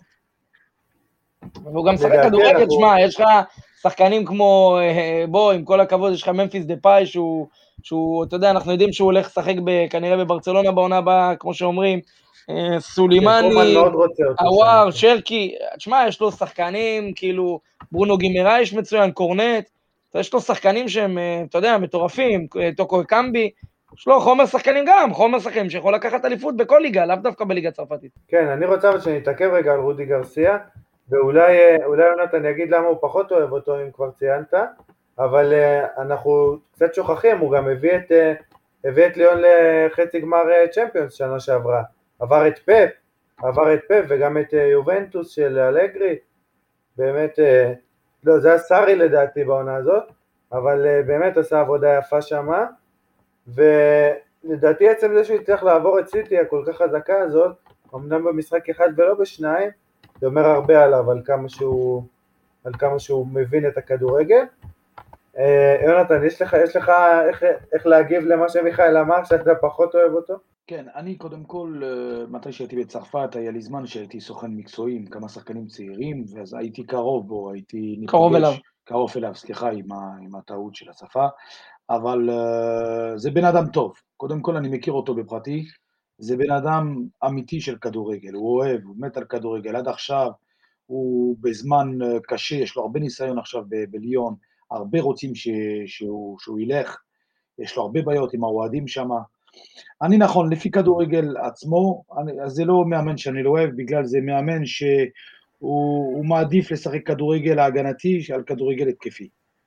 והוא גם שחק כדורגל, שמע, יש לך שחקנים כמו, בוא, עם כל הכבוד, יש לך ממפיס דפאי, שהוא, אתה יודע, אנחנו יודעים שהוא הולך לשחק כנראה בברצלונה בעונה הבאה, כמו שאומרים, סולימני, אוואר, שרקי, תשמע, יש לו שחקנים, כאילו, ברונו גימרייש מצוין, קורנט, יש לו שחקנים שהם, אתה יודע, מטורפים, טוקו קמבי, יש לו חומר שחקנים גם, חומר שחקנים שיכול לקחת אליפות בכל ליגה, לאו דווקא בליגה הצרפתית. כן, אני רוצה שנתעכב רגע על רודי גרסיה, ואולי אולי יונתן יגיד למה הוא פחות אוהב אותו, אם כבר ציינת, אבל אנחנו קצת שוכחים, הוא גם הביא את, הביא את ליון לחצי גמר צ'מפיונס שנה שעברה, עבר את פפ, עבר את פפ וגם את יובנטוס של אלגרי, באמת, לא, זה הסארי לדעתי בעונה הזאת, אבל באמת עשה עבודה יפה שמה, ולדעתי עצם זה שהוא יצטרך לעבור את סיטי הכל כך חזקה הזאת, אמנם במשחק אחד ולא בשניים, זה אומר הרבה עליו, על כמה שהוא, על כמה שהוא מבין את הכדורגל. יונתן, יש לך, יש לך איך, איך להגיב למה שמיכאל אמר, שאתה פחות אוהב אותו? כן, אני קודם כל, מתי שהייתי בצרפת, היה לי זמן שהייתי סוכן מקצועי עם כמה שחקנים צעירים, ואז הייתי קרוב בו, הייתי נפגש, קרוב אליו. קרוב אליו, סליחה, עם, ה, עם הטעות של השפה, אבל uh, זה בן אדם טוב. קודם כל אני מכיר אותו בפרטי, זה בן אדם אמיתי של כדורגל, הוא אוהב, הוא מת על כדורגל, עד עכשיו הוא בזמן קשה, יש לו הרבה ניסיון עכשיו ב- בליון, הרבה רוצים ש- שהוא, שהוא ילך, יש לו הרבה בעיות עם האוהדים שם. אני נכון, לפי כדורגל עצמו, אני, אז זה לא מאמן שאני לא אוהב, בגלל זה מאמן שהוא מעדיף לשחק כדורגל ההגנתי על כדורגל התקפי.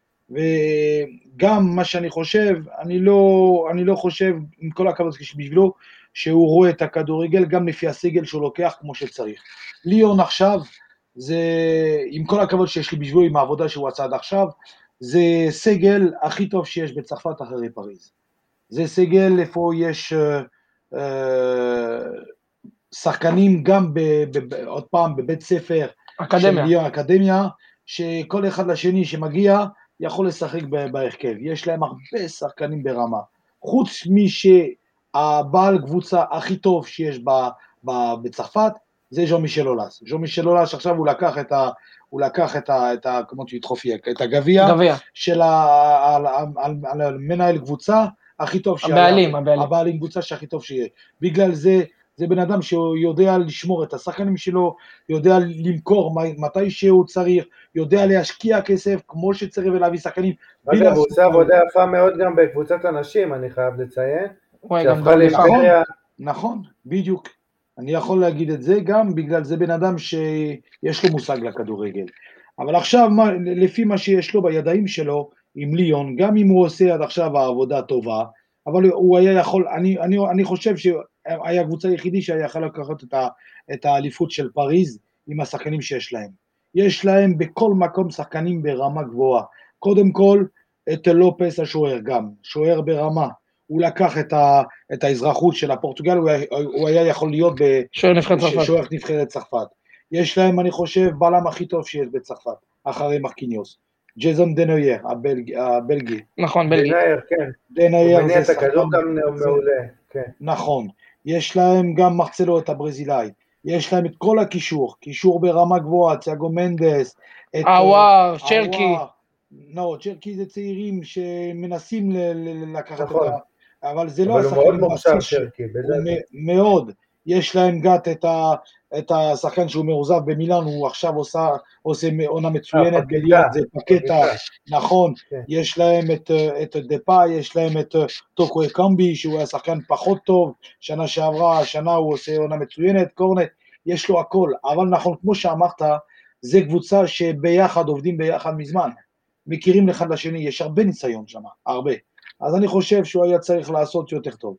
וגם מה שאני חושב, אני לא, אני לא חושב, עם כל הכבוד בשבילו, שהוא רואה את הכדורגל גם לפי הסגל שהוא לוקח כמו שצריך. ליון עכשיו, זה, עם כל הכבוד שיש לי בשבילו עם העבודה שהוא עשה עד עכשיו, זה סגל הכי טוב שיש בצרפת אחרי פריז. זה סגל איפה יש אה, אה, שחקנים גם ב, ב, עוד פעם בבית ספר, אקדמיה. ליון, אקדמיה, שכל אחד לשני שמגיע, יכול לשחק בהרכב, יש להם הרבה שחקנים ברמה, חוץ משהבעל קבוצה הכי טוב שיש בצרפת, זה ז'ון מישל אולס. ז'ון מישל אולס עכשיו הוא לקח את ה... הוא לקח את ה... את ה... כמו שהתחופי, את הגביע של המנהל קבוצה הכי טוב שהיה. הבעלים, הבעלים. הבעלים קבוצה שהכי טוב שיהיה. בגלל זה, זה בן אדם שיודע לשמור את השחקנים שלו, יודע למכור מתי שהוא צריך, יודע להשקיע כסף כמו שצריך ולהביא שחקנים. אגב, הוא עושה עבודה יפה מאוד גם בקבוצת אנשים, אני חייב לציין. שהפכה לאימפריה. נכון, בדיוק. אני יכול להגיד את זה גם בגלל זה בן אדם שיש לו מושג לכדורגל. אבל עכשיו, לפי מה שיש לו בידיים שלו, עם ליון, גם אם הוא עושה עד עכשיו העבודה טובה, אבל הוא היה יכול, אני, אני, אני חושב שהיה קבוצה היחידי שהיה יכול לקחת את, ה, את האליפות של פריז עם השחקנים שיש להם. יש להם בכל מקום שחקנים ברמה גבוהה. קודם כל, את לופס השוער גם, שוער ברמה. הוא לקח את, ה, את האזרחות של הפורטוגל, הוא היה, הוא היה יכול להיות בשוער נבחרת צרפת. שוער נבחרת צרפת. יש להם, אני חושב, בלם הכי טוב שיש בצרפת, אחרי מרקיניוס. ג'זון דנוייר, הבלגי, הבלגי. נכון, בלגי. דנוייר, כן. דנוייר הוא מניע את הכדור גם מעולה, כן. נכון. יש להם גם מרצלו את הברזילאי. יש להם את כל הקישור, קישור ברמה גבוהה, ציאגו מנדס. אוואר, צ'רקי. לא, צ'רקי זה צעירים שמנסים לקחת נכון. את ה... אבל זה לא... אבל הוא מאוד מוכשר צ'רקי. מאוד. יש להם גת את ה... את השחקן שהוא מעוזב במילאן, הוא עכשיו עושה, עושה עונה מצוינת בליאן, זה פקטה, נכון, יש להם את, את דפה, יש להם את טוקו אקמבי, שהוא היה שחקן פחות טוב, שנה שעברה, השנה הוא עושה עונה מצוינת, קורנט, יש לו הכל, אבל נכון, כמו שאמרת, זה קבוצה שביחד עובדים ביחד מזמן, מכירים אחד לשני, יש הרבה ניסיון שם, הרבה, אז אני חושב שהוא היה צריך לעשות יותר טוב.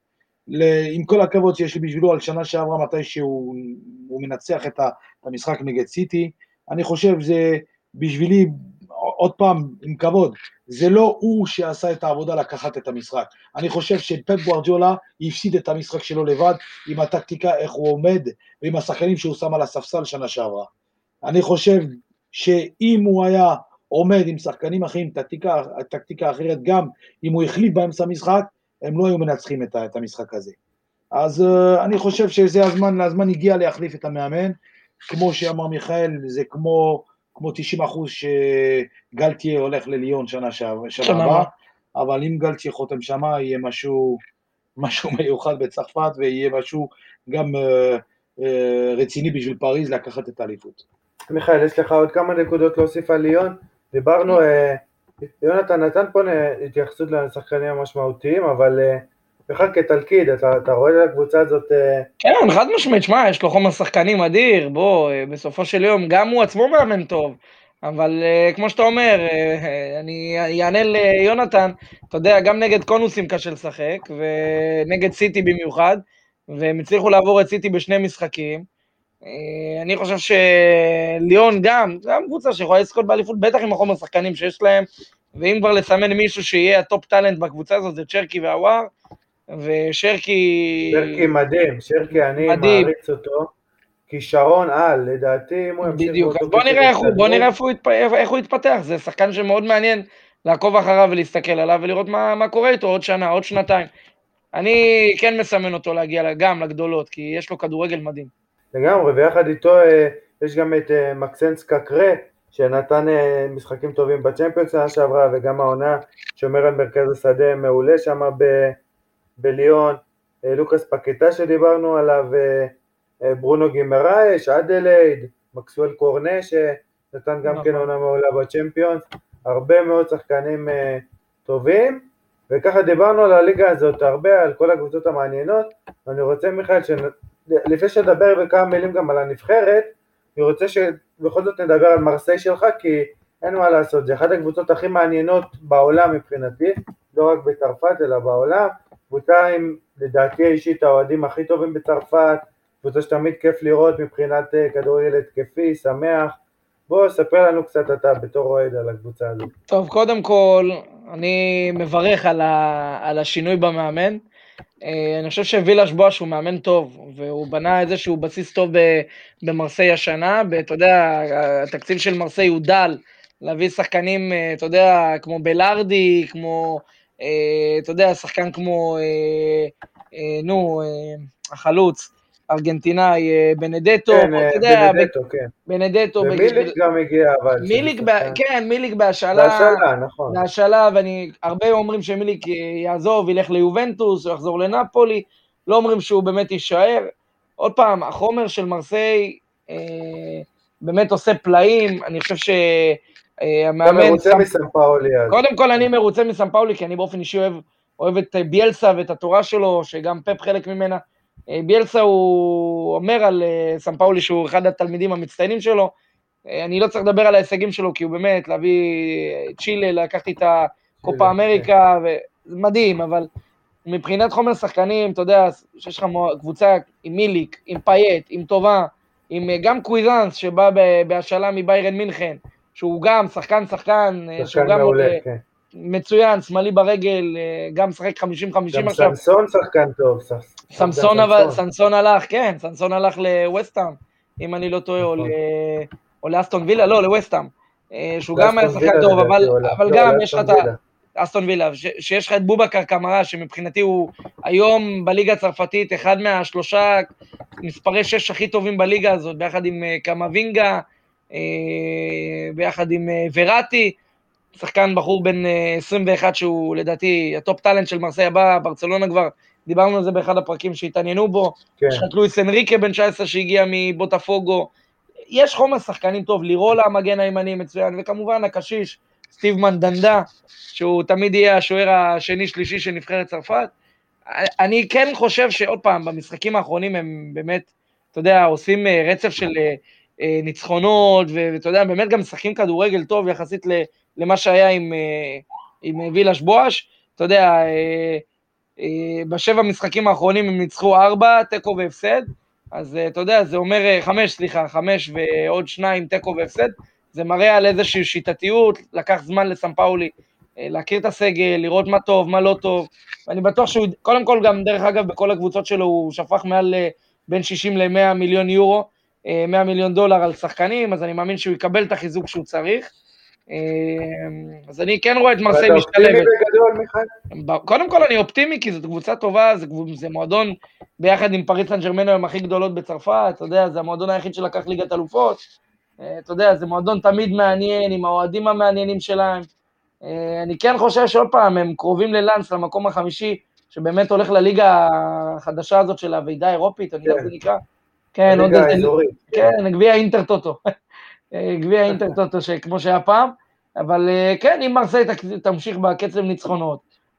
עם כל הכבוד שיש לי בשבילו על שנה שעברה מתי שהוא מנצח את המשחק נגד סיטי, אני חושב זה בשבילי, עוד פעם עם כבוד, זה לא הוא שעשה את העבודה לקחת את המשחק, אני חושב שפפ גוארדיולה הפסיד את המשחק שלו לבד, עם הטקטיקה איך הוא עומד, ועם השחקנים שהוא שם על הספסל שנה שעברה, אני חושב שאם הוא היה עומד עם שחקנים אחרים, טקטיקה, טקטיקה אחרת גם, אם הוא החליף באמצע המשחק, הם לא היו מנצחים את המשחק הזה. אז uh, אני חושב שזה הזמן, הזמן הגיע להחליף את המאמן, כמו שאמר מיכאל, זה כמו, כמו תשעים אחוז שגלטיה הולך לליון שנה שעברה, אבל אם גלטיה חותם שמה, יהיה משהו, משהו מיוחד בצרפת, ויהיה משהו גם uh, uh, רציני בשביל פריז לקחת את האליפות. מיכאל, יש לך עוד כמה נקודות להוסיף על ליון? דיברנו... Uh... יונתן נתן פה התייחסות לשחקנים המשמעותיים, אבל לך כתלכיד, אתה, אתה רואה את הקבוצה הזאת... כן, חד משמעית, שמע, יש לו חומר שחקנים אדיר, בוא, בסופו של יום, גם הוא עצמו מאמן טוב, אבל כמו שאתה אומר, אני אענה ליונתן, אתה יודע, גם נגד קונוסים קשה לשחק, ונגד סיטי במיוחד, והם הצליחו לעבור את סיטי בשני משחקים, אני חושב שליון גם, גם קבוצה שיכולה לזכות באליפות, בטח עם החומר שחקנים שיש להם, ואם כבר לסמן מישהו שיהיה הטופ טלנט בקבוצה הזאת, זה צ'רקי והוואר, ושרקי... שרקי מדהים, שרקי אני מדהים. מעריץ אותו, כישרון על, לדעתי אם הוא ימשיך בדיוק, בוא נראה, איך הוא, בוא נראה איך, הוא יתפ... איך הוא יתפתח, זה שחקן שמאוד מעניין לעקוב אחריו ולהסתכל עליו ולראות מה, מה קורה איתו עוד שנה, עוד שנתיים. אני כן מסמן אותו להגיע גם לגדולות, כי יש לו כדורגל מדהים. לגמרי, ויחד איתו יש גם את מקסנס קקרה, שנתן משחקים טובים בצ'מפיונס שנה שעברה, וגם העונה שומר על מרכז השדה מעולה שם ב... בליון, לוקאס פקטה שדיברנו עליו, ברונו גימרייש, אדלייד, מקסואל קורנה שנתן גם כן עונה מעולה בצ'מפיונס, הרבה מאוד שחקנים טובים, וככה דיברנו על הליגה הזאת הרבה, על כל הקבוצות המעניינות, ואני רוצה מיכאל, לפני שדבר בכמה מילים גם על הנבחרת, אני רוצה שבכל זאת נדבר על מרסיי שלך, כי אין מה לעשות, זה אחת הקבוצות הכי מעניינות בעולם מבחינתי, לא רק בצרפת אלא בעולם, קבוצה עם לדעתי האישית האוהדים הכי טובים בצרפת, קבוצה שתמיד כיף לראות מבחינת כדורגל התקפי, שמח. בוא ספר לנו קצת אתה בתור אוהד על הקבוצה הזאת. טוב, קודם כל אני מברך על, ה... על השינוי במאמן. אני חושב שווילאש בואש הוא מאמן טוב, והוא בנה איזשהו בסיס טוב במרסיי השנה, אתה יודע, התקציב של מרסיי הוא דל, להביא שחקנים, אתה יודע, כמו בלארדי, כמו... אתה יודע, שחקן כמו, נו, החלוץ, ארגנטינאי, בנדטו, אתה יודע, בנדטו, כן. בנדטו. ומיליק גם הגיע, אבל... מיליק, כן, מיליק בהשאלה. בהשאלה, נכון. בהשאלה, ואני, הרבה אומרים שמיליק יעזוב, ילך ליובנטוס, או יחזור לנפולי, לא אומרים שהוא באמת יישאר. עוד פעם, החומר של מרסיי באמת עושה פלאים, אני חושב ש... אתה מרוצה מסמפאולי. קודם כל אני מרוצה מסמפאולי, כי אני באופן אישי אוהב, אוהב את ביאלסה ואת התורה שלו, שגם פפ חלק ממנה. ביאלסה הוא אומר על סמפאולי שהוא אחד התלמידים המצטיינים שלו, אני לא צריך לדבר על ההישגים שלו, כי הוא באמת להביא צ'ילה, לקחתי את הקופה אמריקה, וזה מדהים, אבל מבחינת חומר שחקנים, אתה יודע, שיש לך קבוצה עם מיליק, עם פייט, עם טובה, עם גם קוויזנס שבא בהשאלה מביירן מינכן, שהוא גם שחקן שחקן, שהוא גם מצוין, שמאלי ברגל, גם שחק חמישים חמישים עכשיו. גם סנסון שחקן טוב. סנסון הלך, כן, סנסון הלך לווסטהאם, אם אני לא טועה, או לאסטון וילה, לא, לווסטהאם, שהוא גם היה שחקן טוב, אבל גם יש לך את אסטון וילה, שיש לך את בובקר קמרה, שמבחינתי הוא היום בליגה הצרפתית, אחד מהשלושה מספרי שש הכי טובים בליגה הזאת, ביחד עם קמבינגה, ביחד עם וראטי, שחקן בחור בן עשרים ואחת שהוא לדעתי הטופ טלנט של מרסיי הבא, ברצלונה כבר, דיברנו על זה באחד הפרקים שהתעניינו בו, כן. יש לך לואיס אנריקה בן תשע עשרה שהגיע מבוטפוגו, יש חומר שחקנים טוב, לירולה המגן הימני מצוין, וכמובן הקשיש סטיב מנדנדה, שהוא תמיד יהיה השוער השני שלישי של נבחרת צרפת. אני כן חושב שעוד פעם, במשחקים האחרונים הם באמת, אתה יודע, עושים רצף של ניצחונות, ואתה יודע, באמת גם משחקים כדורגל טוב יחסית למה שהיה עם, עם וילאש בואש. אתה יודע, בשבע משחקים האחרונים הם ניצחו ארבע, טקו והפסד, אז אתה יודע, זה אומר חמש, סליחה, חמש ועוד שניים, טקו והפסד, זה מראה על איזושהי שיטתיות, לקח זמן לסמפאולי, להכיר את הסגל, לראות מה טוב, מה לא טוב, ואני בטוח שהוא, קודם כל גם דרך אגב, בכל הקבוצות שלו הוא שפך מעל בין שישים למאה מיליון יורו, מאה מיליון דולר על שחקנים, אז אני מאמין שהוא יקבל את החיזוק שהוא צריך, אז אני כן רואה את מרסיי משתלבת. אתה אופטימי בגדול, מיכאל? קודם כל אני אופטימי, כי זו קבוצה טובה, זה, זה מועדון ביחד עם פריז סן ז'רמן היום הכי גדולות בצרפת, אתה יודע, זה המועדון היחיד שלקח ליגת אלופות, אתה יודע, זה מועדון תמיד מעניין, עם האוהדים המעניינים שלהם, אני כן חושב שעוד פעם, הם קרובים ללנס, למקום החמישי, שבאמת הולך לליגה החדשה הזאת של הוועידה האירופית, אני יודע איך זה נקרא, כן, עוד איזה, כן, גביע אינטר טוטו, גביע אינטר טוטו, כמו שהיה פעם, אבל כן, אם מרסיי תמשיך בקצב ניצחונות,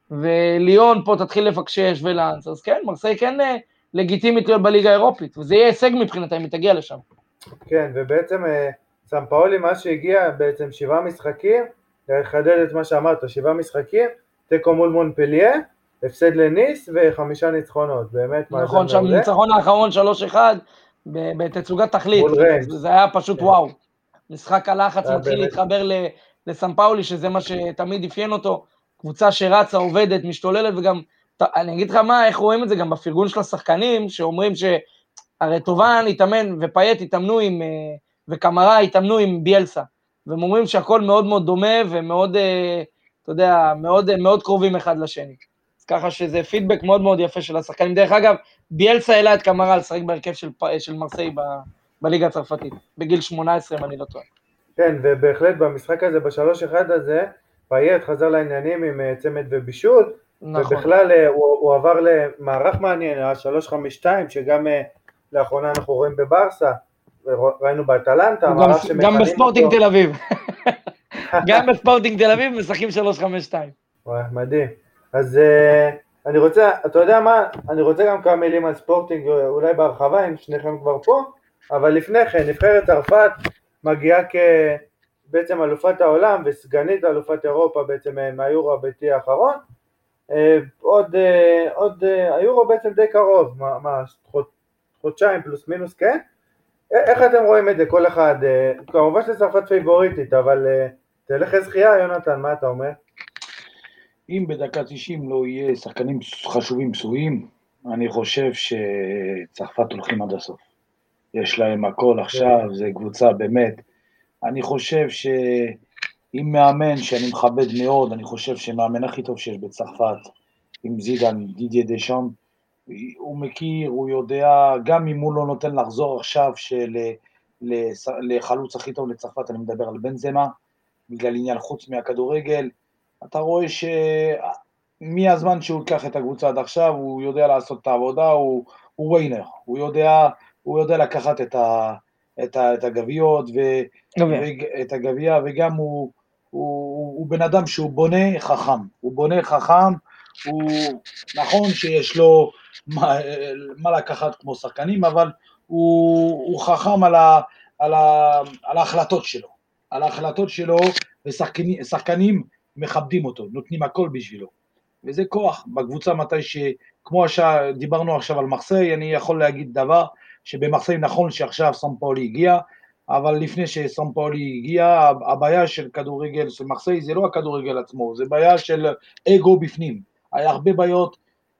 וליון פה תתחיל לפקשש ולאנס, אז כן, מרסיי כן לגיטימית להיות בליגה האירופית, וזה יהיה הישג מבחינתה אם היא תגיע לשם. כן, ובעצם סמפאולי מה שהגיע בעצם שבעה משחקים, לחדד את מה שאמרת, שבעה משחקים, תיקו מול מונפליה, הפסד לניס וחמישה ניצחונות, באמת מאזן מעולה. נכון, שם ניצחון האחרון שלוש אחד, בתצוגת תכלית, זה היה פשוט וואו. משחק הלחץ מתחיל להתחבר לסמפאולי, שזה מה שתמיד אפיין אותו, קבוצה שרצה, עובדת, משתוללת, וגם, אני אגיד לך מה, איך רואים את זה גם בפרגון של השחקנים, שאומרים שהרי טובן התאמן ופייט התאמנו עם, וקמרה התאמנו עם ביאלסה, והם אומרים שהכל מאוד מאוד דומה, ומאוד, אתה יודע, מאוד, מאוד קרובים אחד לשני. אז ככה שזה פידבק מאוד מאוד יפה של השחקנים. דרך אגב, ביאלסה העלה את קמרה לשחק בהרכב של, של מרסיי ב, בליגה הצרפתית, בגיל שמונה עשרה, אם אני לא טועה. כן, ובהחלט במשחק הזה, בשלוש אחד הזה, פייט חזר לעניינים עם צמד ובישול, נכון. ובכלל הוא, הוא עבר למערך מעניין, ה-שלוש חמש שתיים, שגם לאחרונה אנחנו רואים בברסה, ראינו באטלנטה, גם, גם בספורטינג אותו... תל אביב, גם בספורטינג תל אביב משחקים שלוש חמש שתיים. וואי, מדהים. אז uh, אני רוצה, אתה יודע מה, אני רוצה גם כמה מילים על ספורטינג, אולי בהרחבה, אם שניכם כבר פה, אבל לפני כן, נבחרת צרפת מגיעה כבעצם אלופת העולם וסגנית אלופת אירופה בעצם מהיורו הביתי האחרון, uh, עוד, uh, עוד uh, היורו בעצם די קרוב, מה, מה חוד, חודשיים פלוס מינוס, כן? איך אתם רואים את זה, כל אחד? כמובן שצרפת פייבוריטית, אבל תלך לזכייה, יונתן, מה אתה אומר? אם בדקה תשעים לא יהיה שחקנים חשובים פסויים, אני חושב שצרפת הולכים עד הסוף. יש להם הכל עכשיו, זה קבוצה באמת. אני חושב שאם מאמן, שאני מכבד מאוד, אני חושב שמאמן הכי טוב שיש בצרפת, עם זידן, דידיה דשאם, הוא מכיר, הוא יודע, גם אם הוא לא נותן לחזור עכשיו של, לחלוץ הכי טוב לצרפת, אני מדבר על בנזמה, בגלל עניין חוץ מהכדורגל, אתה רואה שמי הזמן שהוא ייקח את הקבוצה עד עכשיו, הוא יודע לעשות את העבודה, הוא, הוא וויינר, הוא יודע, הוא יודע לקחת את, ה, את, ה, את הגביות, ו, ואת הגביה, וגם הוא, הוא, הוא בן אדם שהוא בונה חכם, הוא בונה חכם, הוא נכון שיש לו מה, מה לקחת כמו שחקנים, אבל הוא, הוא חכם על, ה, על, ה, על ההחלטות שלו, על ההחלטות שלו, ושחקנים שחקנים מכבדים אותו, נותנים הכל בשבילו, וזה כוח בקבוצה מתי שכמו שדיברנו עכשיו על מרסיי, אני יכול להגיד דבר, שבמרסיי נכון שעכשיו סמפאולי הגיע, אבל לפני שסמפאולי הגיע, הבעיה של כדורגל של מרסיי זה לא הכדורגל עצמו, זה בעיה של אגו בפנים, היה הרבה בעיות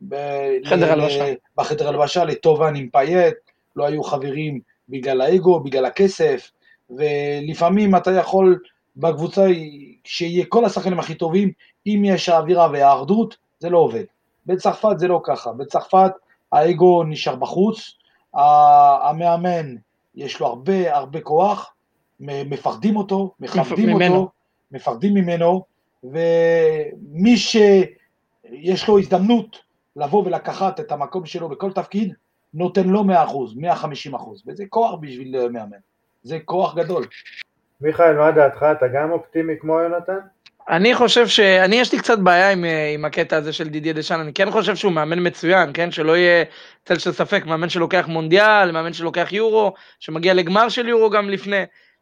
בחדר הלבשה, לטובן עם פייט, לא היו חברים בגלל האגו, בגלל הכסף, ולפעמים אתה יכול בקבוצה שיהיה כל השחקנים הכי טובים, אם יש האווירה והאחדות, זה לא עובד. בצרפת זה לא ככה, בצרפת האגו נשאר בחוץ, המאמן יש לו הרבה הרבה כוח, מפחדים אותו, מכבדים אותו, מפחדים ממנו, ומי שיש לו הזדמנות לבוא ולקחת את המקום שלו בכל תפקיד, נותן לו מאה אחוז, מאה וחמישים אחוז, וזה כוח בשביל מאמן, זה כוח גדול. מיכאל, מה דעתך? אתה גם אופטימי כמו יונתן? אני חושב ש... אני יש לי קצת בעיה עם, עם הקטע הזה של דידיה דשאן, אני כן חושב שהוא מאמן מצוין, כן? שלא יהיה צל של ספק, מאמן שלוקח מונדיאל, מאמן שלוקח יורו, שמגיע לגמר של יורו גם לפני.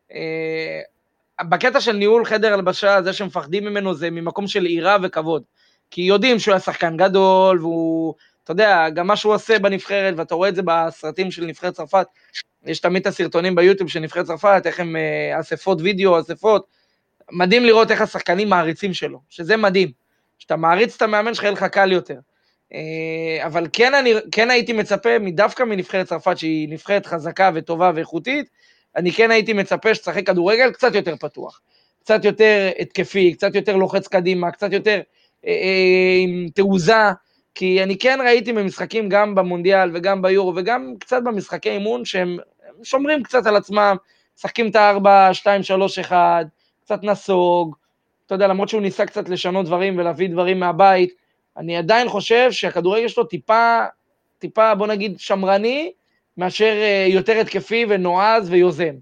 בקטע של ניהול חדר הלבשה, זה שמפחדים ממנו זה ממקום של עירה וכבוד, כי יודעים שהוא היה שחקן גדול, והוא, אתה יודע, גם מה שהוא עושה בנבחרת, ואתה רואה את זה בסרטים של נבחרת צרפת, יש תמיד את הסרטונים ביוטיוב של נבחרת צרפת, איך הם אספות וידאו, אספות, מדהים לראות איך השחקנים מעריצים שלו, שזה מדהים, שאתה מעריץ את המאמן שלך, יהיה לך קל יותר, אבל כן, אני, כן הייתי מצפה, דווקא מנבחרת צרפת, שהיא נבחרת חזקה וטובה ואיכותית, אני כן הייתי מצפה שצחק כדורגל קצת יותר פתוח, קצת יותר התקפי, קצת יותר לוחץ קדימה, קצת יותר עם תעוזה, כי אני כן ראיתי במשחקים גם במונדיאל וגם ביורו, וגם קצת במשחקי אימון, שהם שומרים קצת על עצמם, משחקים את הארבע, שתיים, שלוש, אחד, קצת נסוג, אתה יודע, למרות שהוא ניסה קצת לשנות דברים ולהביא דברים מהבית, אני עדיין חושב שהכדורגל שלו טיפה, טיפה בוא נגיד שמרני, מאשר יותר התקפי ונועז ויוזם.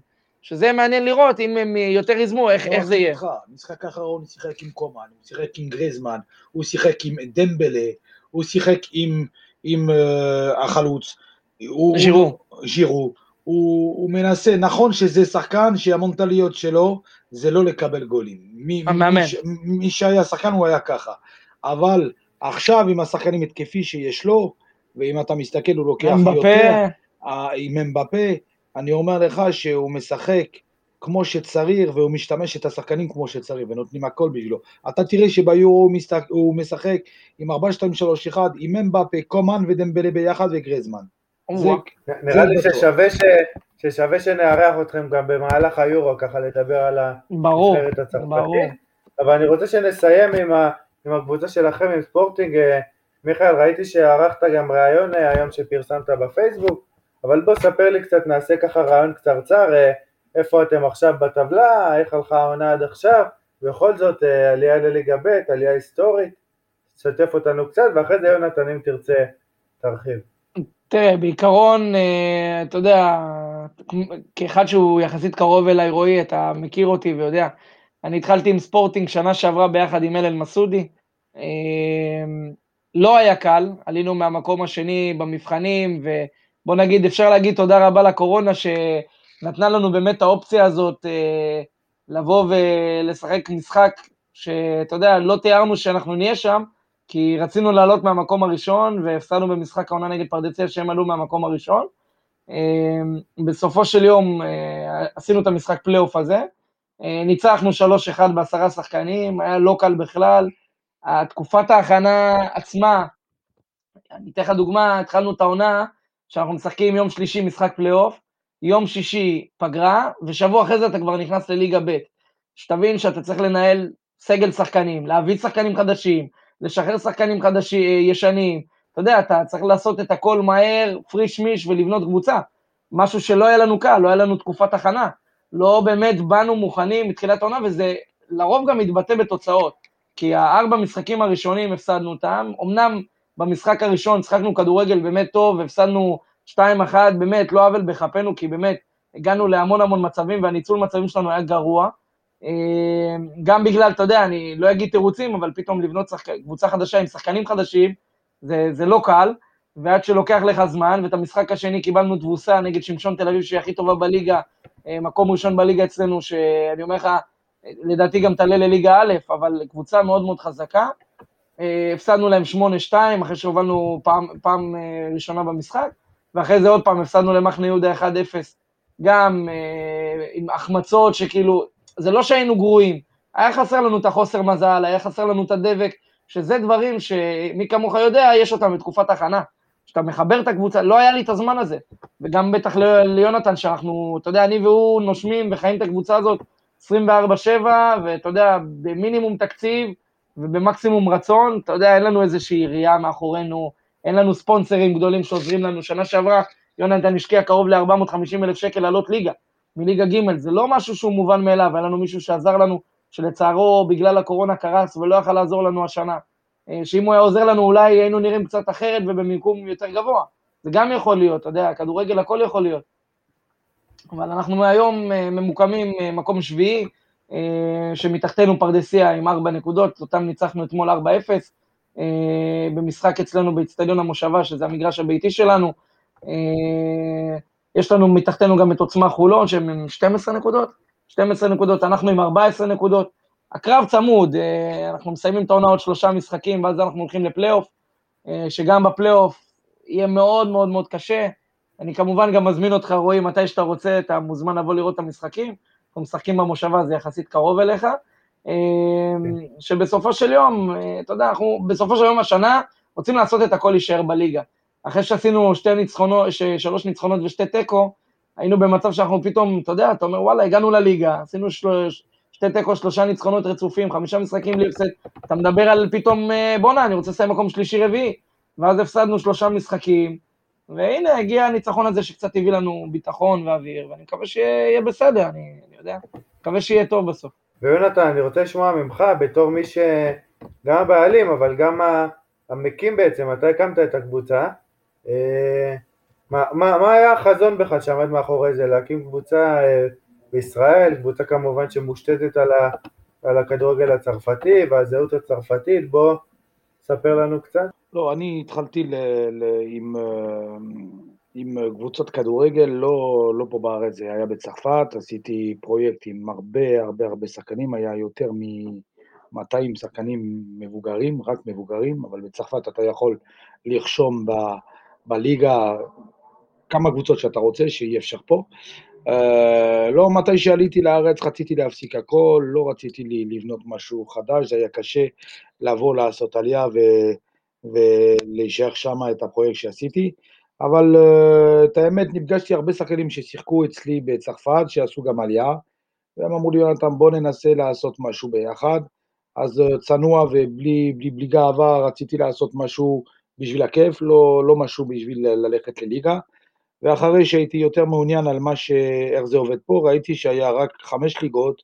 שזה מעניין לראות אם הם יותר יזמו, איך, איך זה יהיה. משחק האחרון הוא שיחק עם קומן, הוא שיחק עם גריזמן, הוא שיחק עם דמבלה, הוא שיחק עם, עם uh, החלוץ, ז'ירו. ז'ירו. הוא, הוא מנסה, נכון שזה שחקן שהמונטליות שלו זה לא לקבל גולים. מי, מי, ש, מי שהיה שחקן הוא היה ככה. אבל עכשיו עם השחקנים התקפי שיש לו, ואם אתה מסתכל הוא לוקח יותר, עם אמבפה, אני אומר לך שהוא משחק כמו שצריך, והוא משתמש את השחקנים כמו שצריך, ונותנים הכל בשבילו. אתה תראה שביורו הוא משחק עם ארבע שתיים שלוש אחת, עם אמבפה, קומן ודמבלה ביחד וגריזמן. נראה לי ששווה שנארח אתכם גם במהלך היורו, ככה לדבר על הנבחרת הצרפתית. אבל אני רוצה שנסיים עם הקבוצה שלכם, עם ספורטינג. מיכאל, ראיתי שערכת גם ראיון היום שפרסמת בפייסבוק, אבל בוא ספר לי קצת, נעשה ככה ראיון קצרצר, איפה אתם עכשיו בטבלה, איך הלכה העונה עד עכשיו, ובכל זאת עלייה לליגה ב', עלייה היסטורית, שתף אותנו קצת, ואחרי זה יונתן אם תרצה תרחיב. תראה, בעיקרון, אתה יודע, כאחד שהוא יחסית קרוב אליי, רועי, אתה מכיר אותי ויודע, אני התחלתי עם ספורטינג שנה שעברה ביחד עם אל מסודי, לא היה קל, עלינו מהמקום השני במבחנים, ובוא נגיד, אפשר להגיד תודה רבה לקורונה, שנתנה לנו באמת האופציה הזאת, לבוא ולשחק משחק, שאתה יודע, לא תיארנו שאנחנו נהיה שם, כי רצינו לעלות מהמקום הראשון, והפסדנו במשחק העונה נגד פרדסיה, שהם עלו מהמקום הראשון. בסופו של יום, עשינו את המשחק פלייאוף הזה, ניצחנו שלוש אחד בעשרה שחקנים, היה לא קל בכלל, התקופת ההכנה עצמה, אני אתן לך דוגמה, התחלנו את העונה, שאנחנו משחקים יום שלישי משחק פלייאוף, יום שישי פגרה, ושבוע אחרי זה אתה כבר נכנס לליגה ב', שתבין שאתה צריך לנהל סגל שחקנים, להביא שחקנים חדשים, לשחרר שחקנים חדשים, ישנים, אתה יודע, אתה צריך לעשות את הכל מהר, פריש מיש ולבנות קבוצה, משהו שלא היה לנו קל, לא היה לנו תקופת הכנה, לא באמת באנו מוכנים מתחילת העונה, וזה לרוב גם מתבטא בתוצאות, כי הארבע משחקים הראשונים הפסדנו אותם, אמנם במשחק הראשון שחקנו כדורגל באמת טוב, הפסדנו שתיים אחת, באמת לא עוול בחפנו, כי באמת הגענו להמון המון מצבים, והניצול מצבים שלנו היה גרוע, גם בגלל, אתה יודע, אני לא אגיד תירוצים, אבל פתאום לבנות שחק... קבוצה חדשה עם שחקנים חדשים, זה, זה לא קל, ועד שלוקח לך זמן, ואת המשחק השני קיבלנו תבוסה נגד שמשון תל אביב, שהיא הכי טובה בליגה, מקום ראשון בליגה אצלנו, שאני אומר לך, לדעתי גם תעלה לליגה א', אבל קבוצה מאוד מאוד חזקה, הפסדנו להם שמונה שתיים, אחרי שהובלנו פעם, פעם ראשונה במשחק, ואחרי זה עוד פעם הפסדנו למחנה יהודה אחד אפס, גם עם החמצות שכאילו, זה לא שהיינו גרועים, היה חסר לנו את החוסר מזל, היה חסר לנו את הדבק, שזה דברים שמי כמוך יודע, יש אותם בתקופת הכנה, שאתה מחבר את הקבוצה, לא היה לי את הזמן הזה, וגם בטח ליונתן, שאנחנו, אתה יודע, אני והוא נושמים וחיים את הקבוצה הזאת עשרים וארבע שבע, ואתה יודע, במינימום תקציב, ובמקסימום רצון, אתה יודע, אין לנו איזושהי ראייה מאחורינו, אין לנו ספונסרים גדולים שעוזרים לנו, שנה שעברה, יונתן השקיע קרוב ל-ארבע מאות וחמישים אלף שקל לעלות ליגה, מליגה ג', זה לא משהו שהוא מובן מאליו, היה לנו מישהו שעזר לנו, שלצערו בגלל הקורונה קרס, ולא יכל לעזור לנו השנה, שאם הוא היה עוזר לנו אולי היינו נראים קצת אחרת, ובמיקום יותר גבוה, זה גם יכול להיות, אתה יודע, כדורגל הכל יכול להיות, אבל אנחנו היום ממוקמים מקום שביעי, שמתחתנו פרדסיה עם ארבע נקודות, אותם ניצחנו אתמול ארבע אפס, במשחק אצלנו באצטדיון המושבה, שזה המגרש הביתי שלנו, יש לנו מתחתנו גם את עוצמה חולון, שהם עם שתים עשרה נקודות, שתים עשרה נקודות, אנחנו עם ארבע עשרה נקודות, הקרב צמוד, אנחנו מסיימים את העונה עוד שלושה משחקים, ואז אנחנו הולכים לפלייאוף, שגם בפלייאוף יהיה מאוד מאוד מאוד קשה, אני כמובן גם מזמין אותך, רועי, מתי שאתה רוצה, אתה מוזמן לבוא לראות את המשחקים, אנחנו משחקים במושבה, זה יחסית קרוב אליך, שבסופו של יום, אתה יודע, אנחנו בסופו של יום השנה, רוצים לעשות את הכל להישאר בליגה, אחרי שעשינו שתי ניצחונות, שלוש ניצחונות ושתי טקו, היינו במצב שאנחנו פתאום, אתה יודע, אתה אומר, וואלה, הגענו לליגה, עשינו שלוש, שתי טקו, שלושה ניצחונות רצופים, חמישה משחקים להפסד, אתה מדבר על פתאום, בונה, אני רוצה לסיים מקום שלישי רביעי, ואז הפסדנו שלושה משחקים, והנה הגיע הניצחון הזה שקצת הביא לנו ביטחון ואוויר, ואני מקווה שיהיה בסדר, אני, אני יודע, מקווה שיהיה טוב בסוף. ויונתן, אני רוצה לשמוע ממך, בתור מי שגם הבעלים, אבל גם המקים בעצם, אתה הקמת את הקבוצה, מה, מה, מה היה החזון בכלל שעמד מאחורי זה, להקים קבוצה בישראל, קבוצה כמובן שמושתתת על, ה, על הכדורגל הצרפתי והזהות הצרפתית. בוא ספר לנו קצת. לא, אני התחלתי ל, ל, עם, עם קבוצות כדורגל, לא, לא פה בארץ, זה היה בצרפת, עשיתי פרויקט עם הרבה הרבה הרבה שחקנים, היה יותר מ-מאתיים שחקנים מבוגרים, רק מבוגרים, אבל בצרפת אתה יכול לרשום ב, בליגה כמה קבוצות שאתה רוצה, שיהיה אפשר פה. Uh, לא, מתי שעליתי לארץ רציתי להפסיק הכל, לא רציתי לי לבנות משהו חדש, זה היה קשה לבוא לעשות עלייה ו- ולהישאר שם את הפרויקט שעשיתי, אבל uh, את האמת נפגשתי הרבה שחקנים ששיחקו אצלי בצרפת, שעשו גם עלייה, והם אמרו לי, יונתן, בוא ננסה לעשות משהו ביחד, אז uh, צנוע ובלי בלי, בלי גאווה רציתי לעשות משהו בשביל הכיף, לא, לא משהו בשביל ללכת לליגה, ואחרי שהייתי יותר מעוניין על מה ש... איך זה עובד פה, ראיתי שהיה רק חמש ליגות,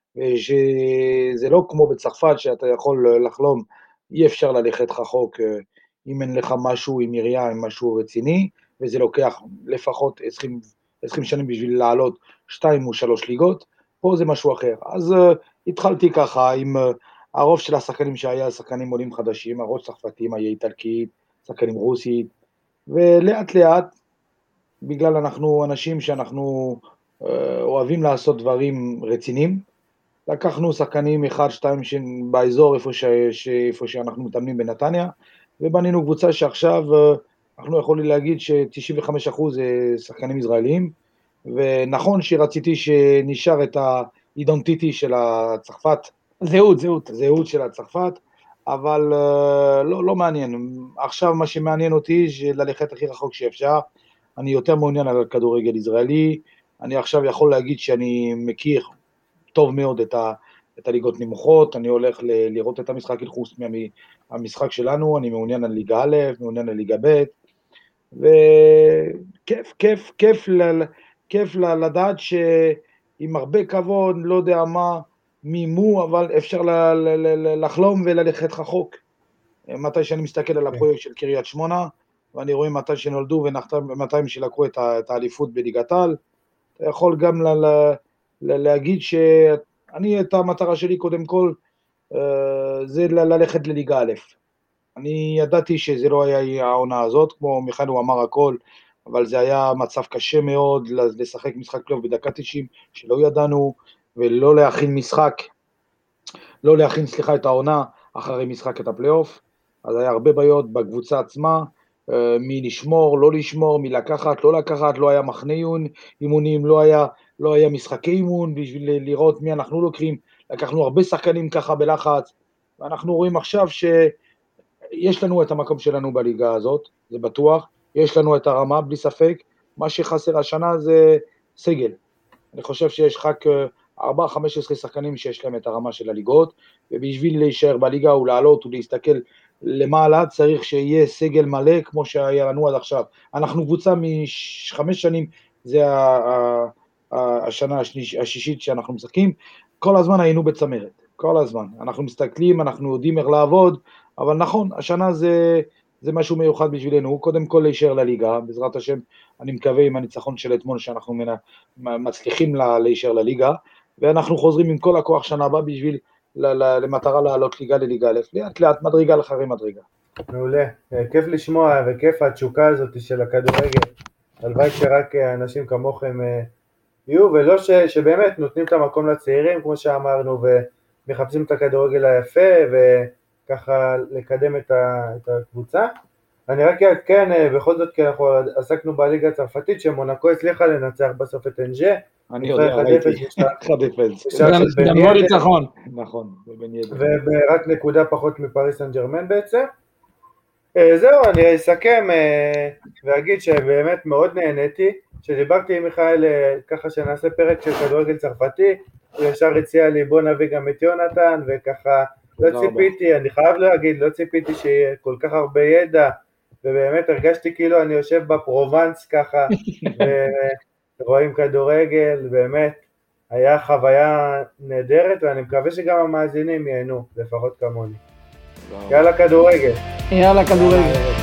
שזה לא כמו בצרפת שאתה יכול לחלום, אי אפשר ללכת רחוק אם אין לך משהו עם עירייה, עם משהו רציני, וזה לוקח לפחות עשרים, עשרים שנים בשביל לעלות שתיים או שלוש ליגות, פה זה משהו אחר. אז uh, התחלתי ככה עם uh, הרוב של השחקנים שהיה שחקנים עולים חדשים, הרוב צרפתים היה איטלקית, שחקנים רוסית, ולאט לאט, בגלל אנחנו אנשים שאנחנו אה, אוהבים לעשות דברים רציניים, לקחנו שחקנים אחד, שתיים באזור איפה, ש, ש, איפה שאנחנו מתאמנים בנתניה, ובנינו קבוצה שעכשיו אה, אנחנו יכולים להגיד ש-תשעים וחמישה אחוז זה שחקנים ישראלים, ונכון שרציתי שנשאר את האידנטיטי של הצרפת, זהות, זהות. זהות של הצרפת, אבל אה, לא, לא מעניין. עכשיו מה שמעניין אותי זה ללכת הכי רחוק שאפשר, אני יותר מעוניין על כדורגל ישראלי, אני עכשיו יכול להגיד שאני מכיר טוב מאוד את, ה, את הליגות נמוכות, אני הולך ל, לראות את המשחק חוץ מהמשחק שלנו, אני מעוניין על ליגה א', מעוניין על ליגה ב', וכיף, כיף, כיף, ל, כיף ל, לדעת שעם הרבה כבוד, לא יודע מה, מימו, אבל אפשר ל, ל, ל, לחלום וללכת רחוק. מתי שאני מסתכל על הפרויקט של קריית שמונה, ואני רואה מתי שנולדו ומתי שלקחו את האליפות בליגת העל, אתה יכול גם ל- ל- ל- להגיד שאני, את המטרה שלי קודם כל, זה ל- ללכת לליגה א'. אני ידעתי שזה לא היה העונה הזאת, כמו מיכאל הוא אמר הכל, אבל זה היה מצב קשה מאוד לשחק משחק פלייאוף בדקה תשעים, שלא ידענו, ולא להכין משחק, לא להכין, סליחה, את העונה אחרי משחק את הפלייאוף, אז היה הרבה בעיות בקבוצה עצמה, מי לשמור, לא לשמור, מי לקחת, לא לקחת, לא היה מחנה אימונים, לא היה, לא היה משחקי אימון בשביל לראות מי אנחנו לוקחים, לקחנו הרבה שחקנים ככה בלחץ, ואנחנו רואים עכשיו שיש לנו את המקום שלנו בליגה הזאת, זה בטוח, יש לנו את הרמה בלי ספק, מה שחסר השנה זה סגל, אני חושב שיש רק ארבע חמש עשרה שחקנים שיש להם את הרמה של הליגות, ובשביל להישאר בליגה ולעלות ולהסתכל למעלה, צריך שיהיה סגל מלא כמו שהיה לנו עד עכשיו. אנחנו קבוצה מחמש שנים, זה השנה השישית שאנחנו משחקים, כל הזמן היינו בצמרת, כל הזמן. אנחנו מסתכלים, אנחנו יודעים איך לעבוד, אבל נכון, השנה זה, זה משהו מיוחד בשבילנו, קודם כל להישאר לליגה, בעזרת השם, אני מקווה עם הניצחון של אתמול שאנחנו מצליחים להישאר לליגה, ואנחנו חוזרים עם כל הכוח שנה הבאה בשביל למטרה לעלות ליגה לליגה א', לאט לאט מדרגה אחרי מדרגה. מעולה, כיף לשמוע וכיף התשוקה הזאת של הכדורגל, הלוואי שרק אנשים כמוכם יהיו, ולא ש, שבאמת נותנים את המקום לצעירים כמו שאמרנו, ומחפשים את הכדורגל היפה וככה לקדם את, ה, את הקבוצה. אני רק אעדכן, בכל זאת כי אנחנו עסקנו בליגה הצרפתית שמונקו הצליחה לנצח בסוף את אנג'ה, אני יודע, ראיתי, אחד אפס. גם לא ניצחון. נכון, ורק נקודה פחות מפריס סן ז'רמן בעצם. זהו, אני אסכם ואגיד שבאמת מאוד נהניתי, שדיברתי עם מיכאל ככה שנעשה פרק של כדורגל צרפתי, הוא ישר הציע לי בוא נביא גם את יונתן, וככה לא ציפיתי, אני חייב להגיד, לא ציפיתי שיהיה כל כך הרבה ידע, ובאמת הרגשתי כאילו אני יושב בפרובנס ככה, ורואים כדורגל, באמת היה חוויה נהדרת, ואני מקווה שגם המאזינים ייהנו, לפחות כמוני. יאללה כדורגל. יאללה כדורגל.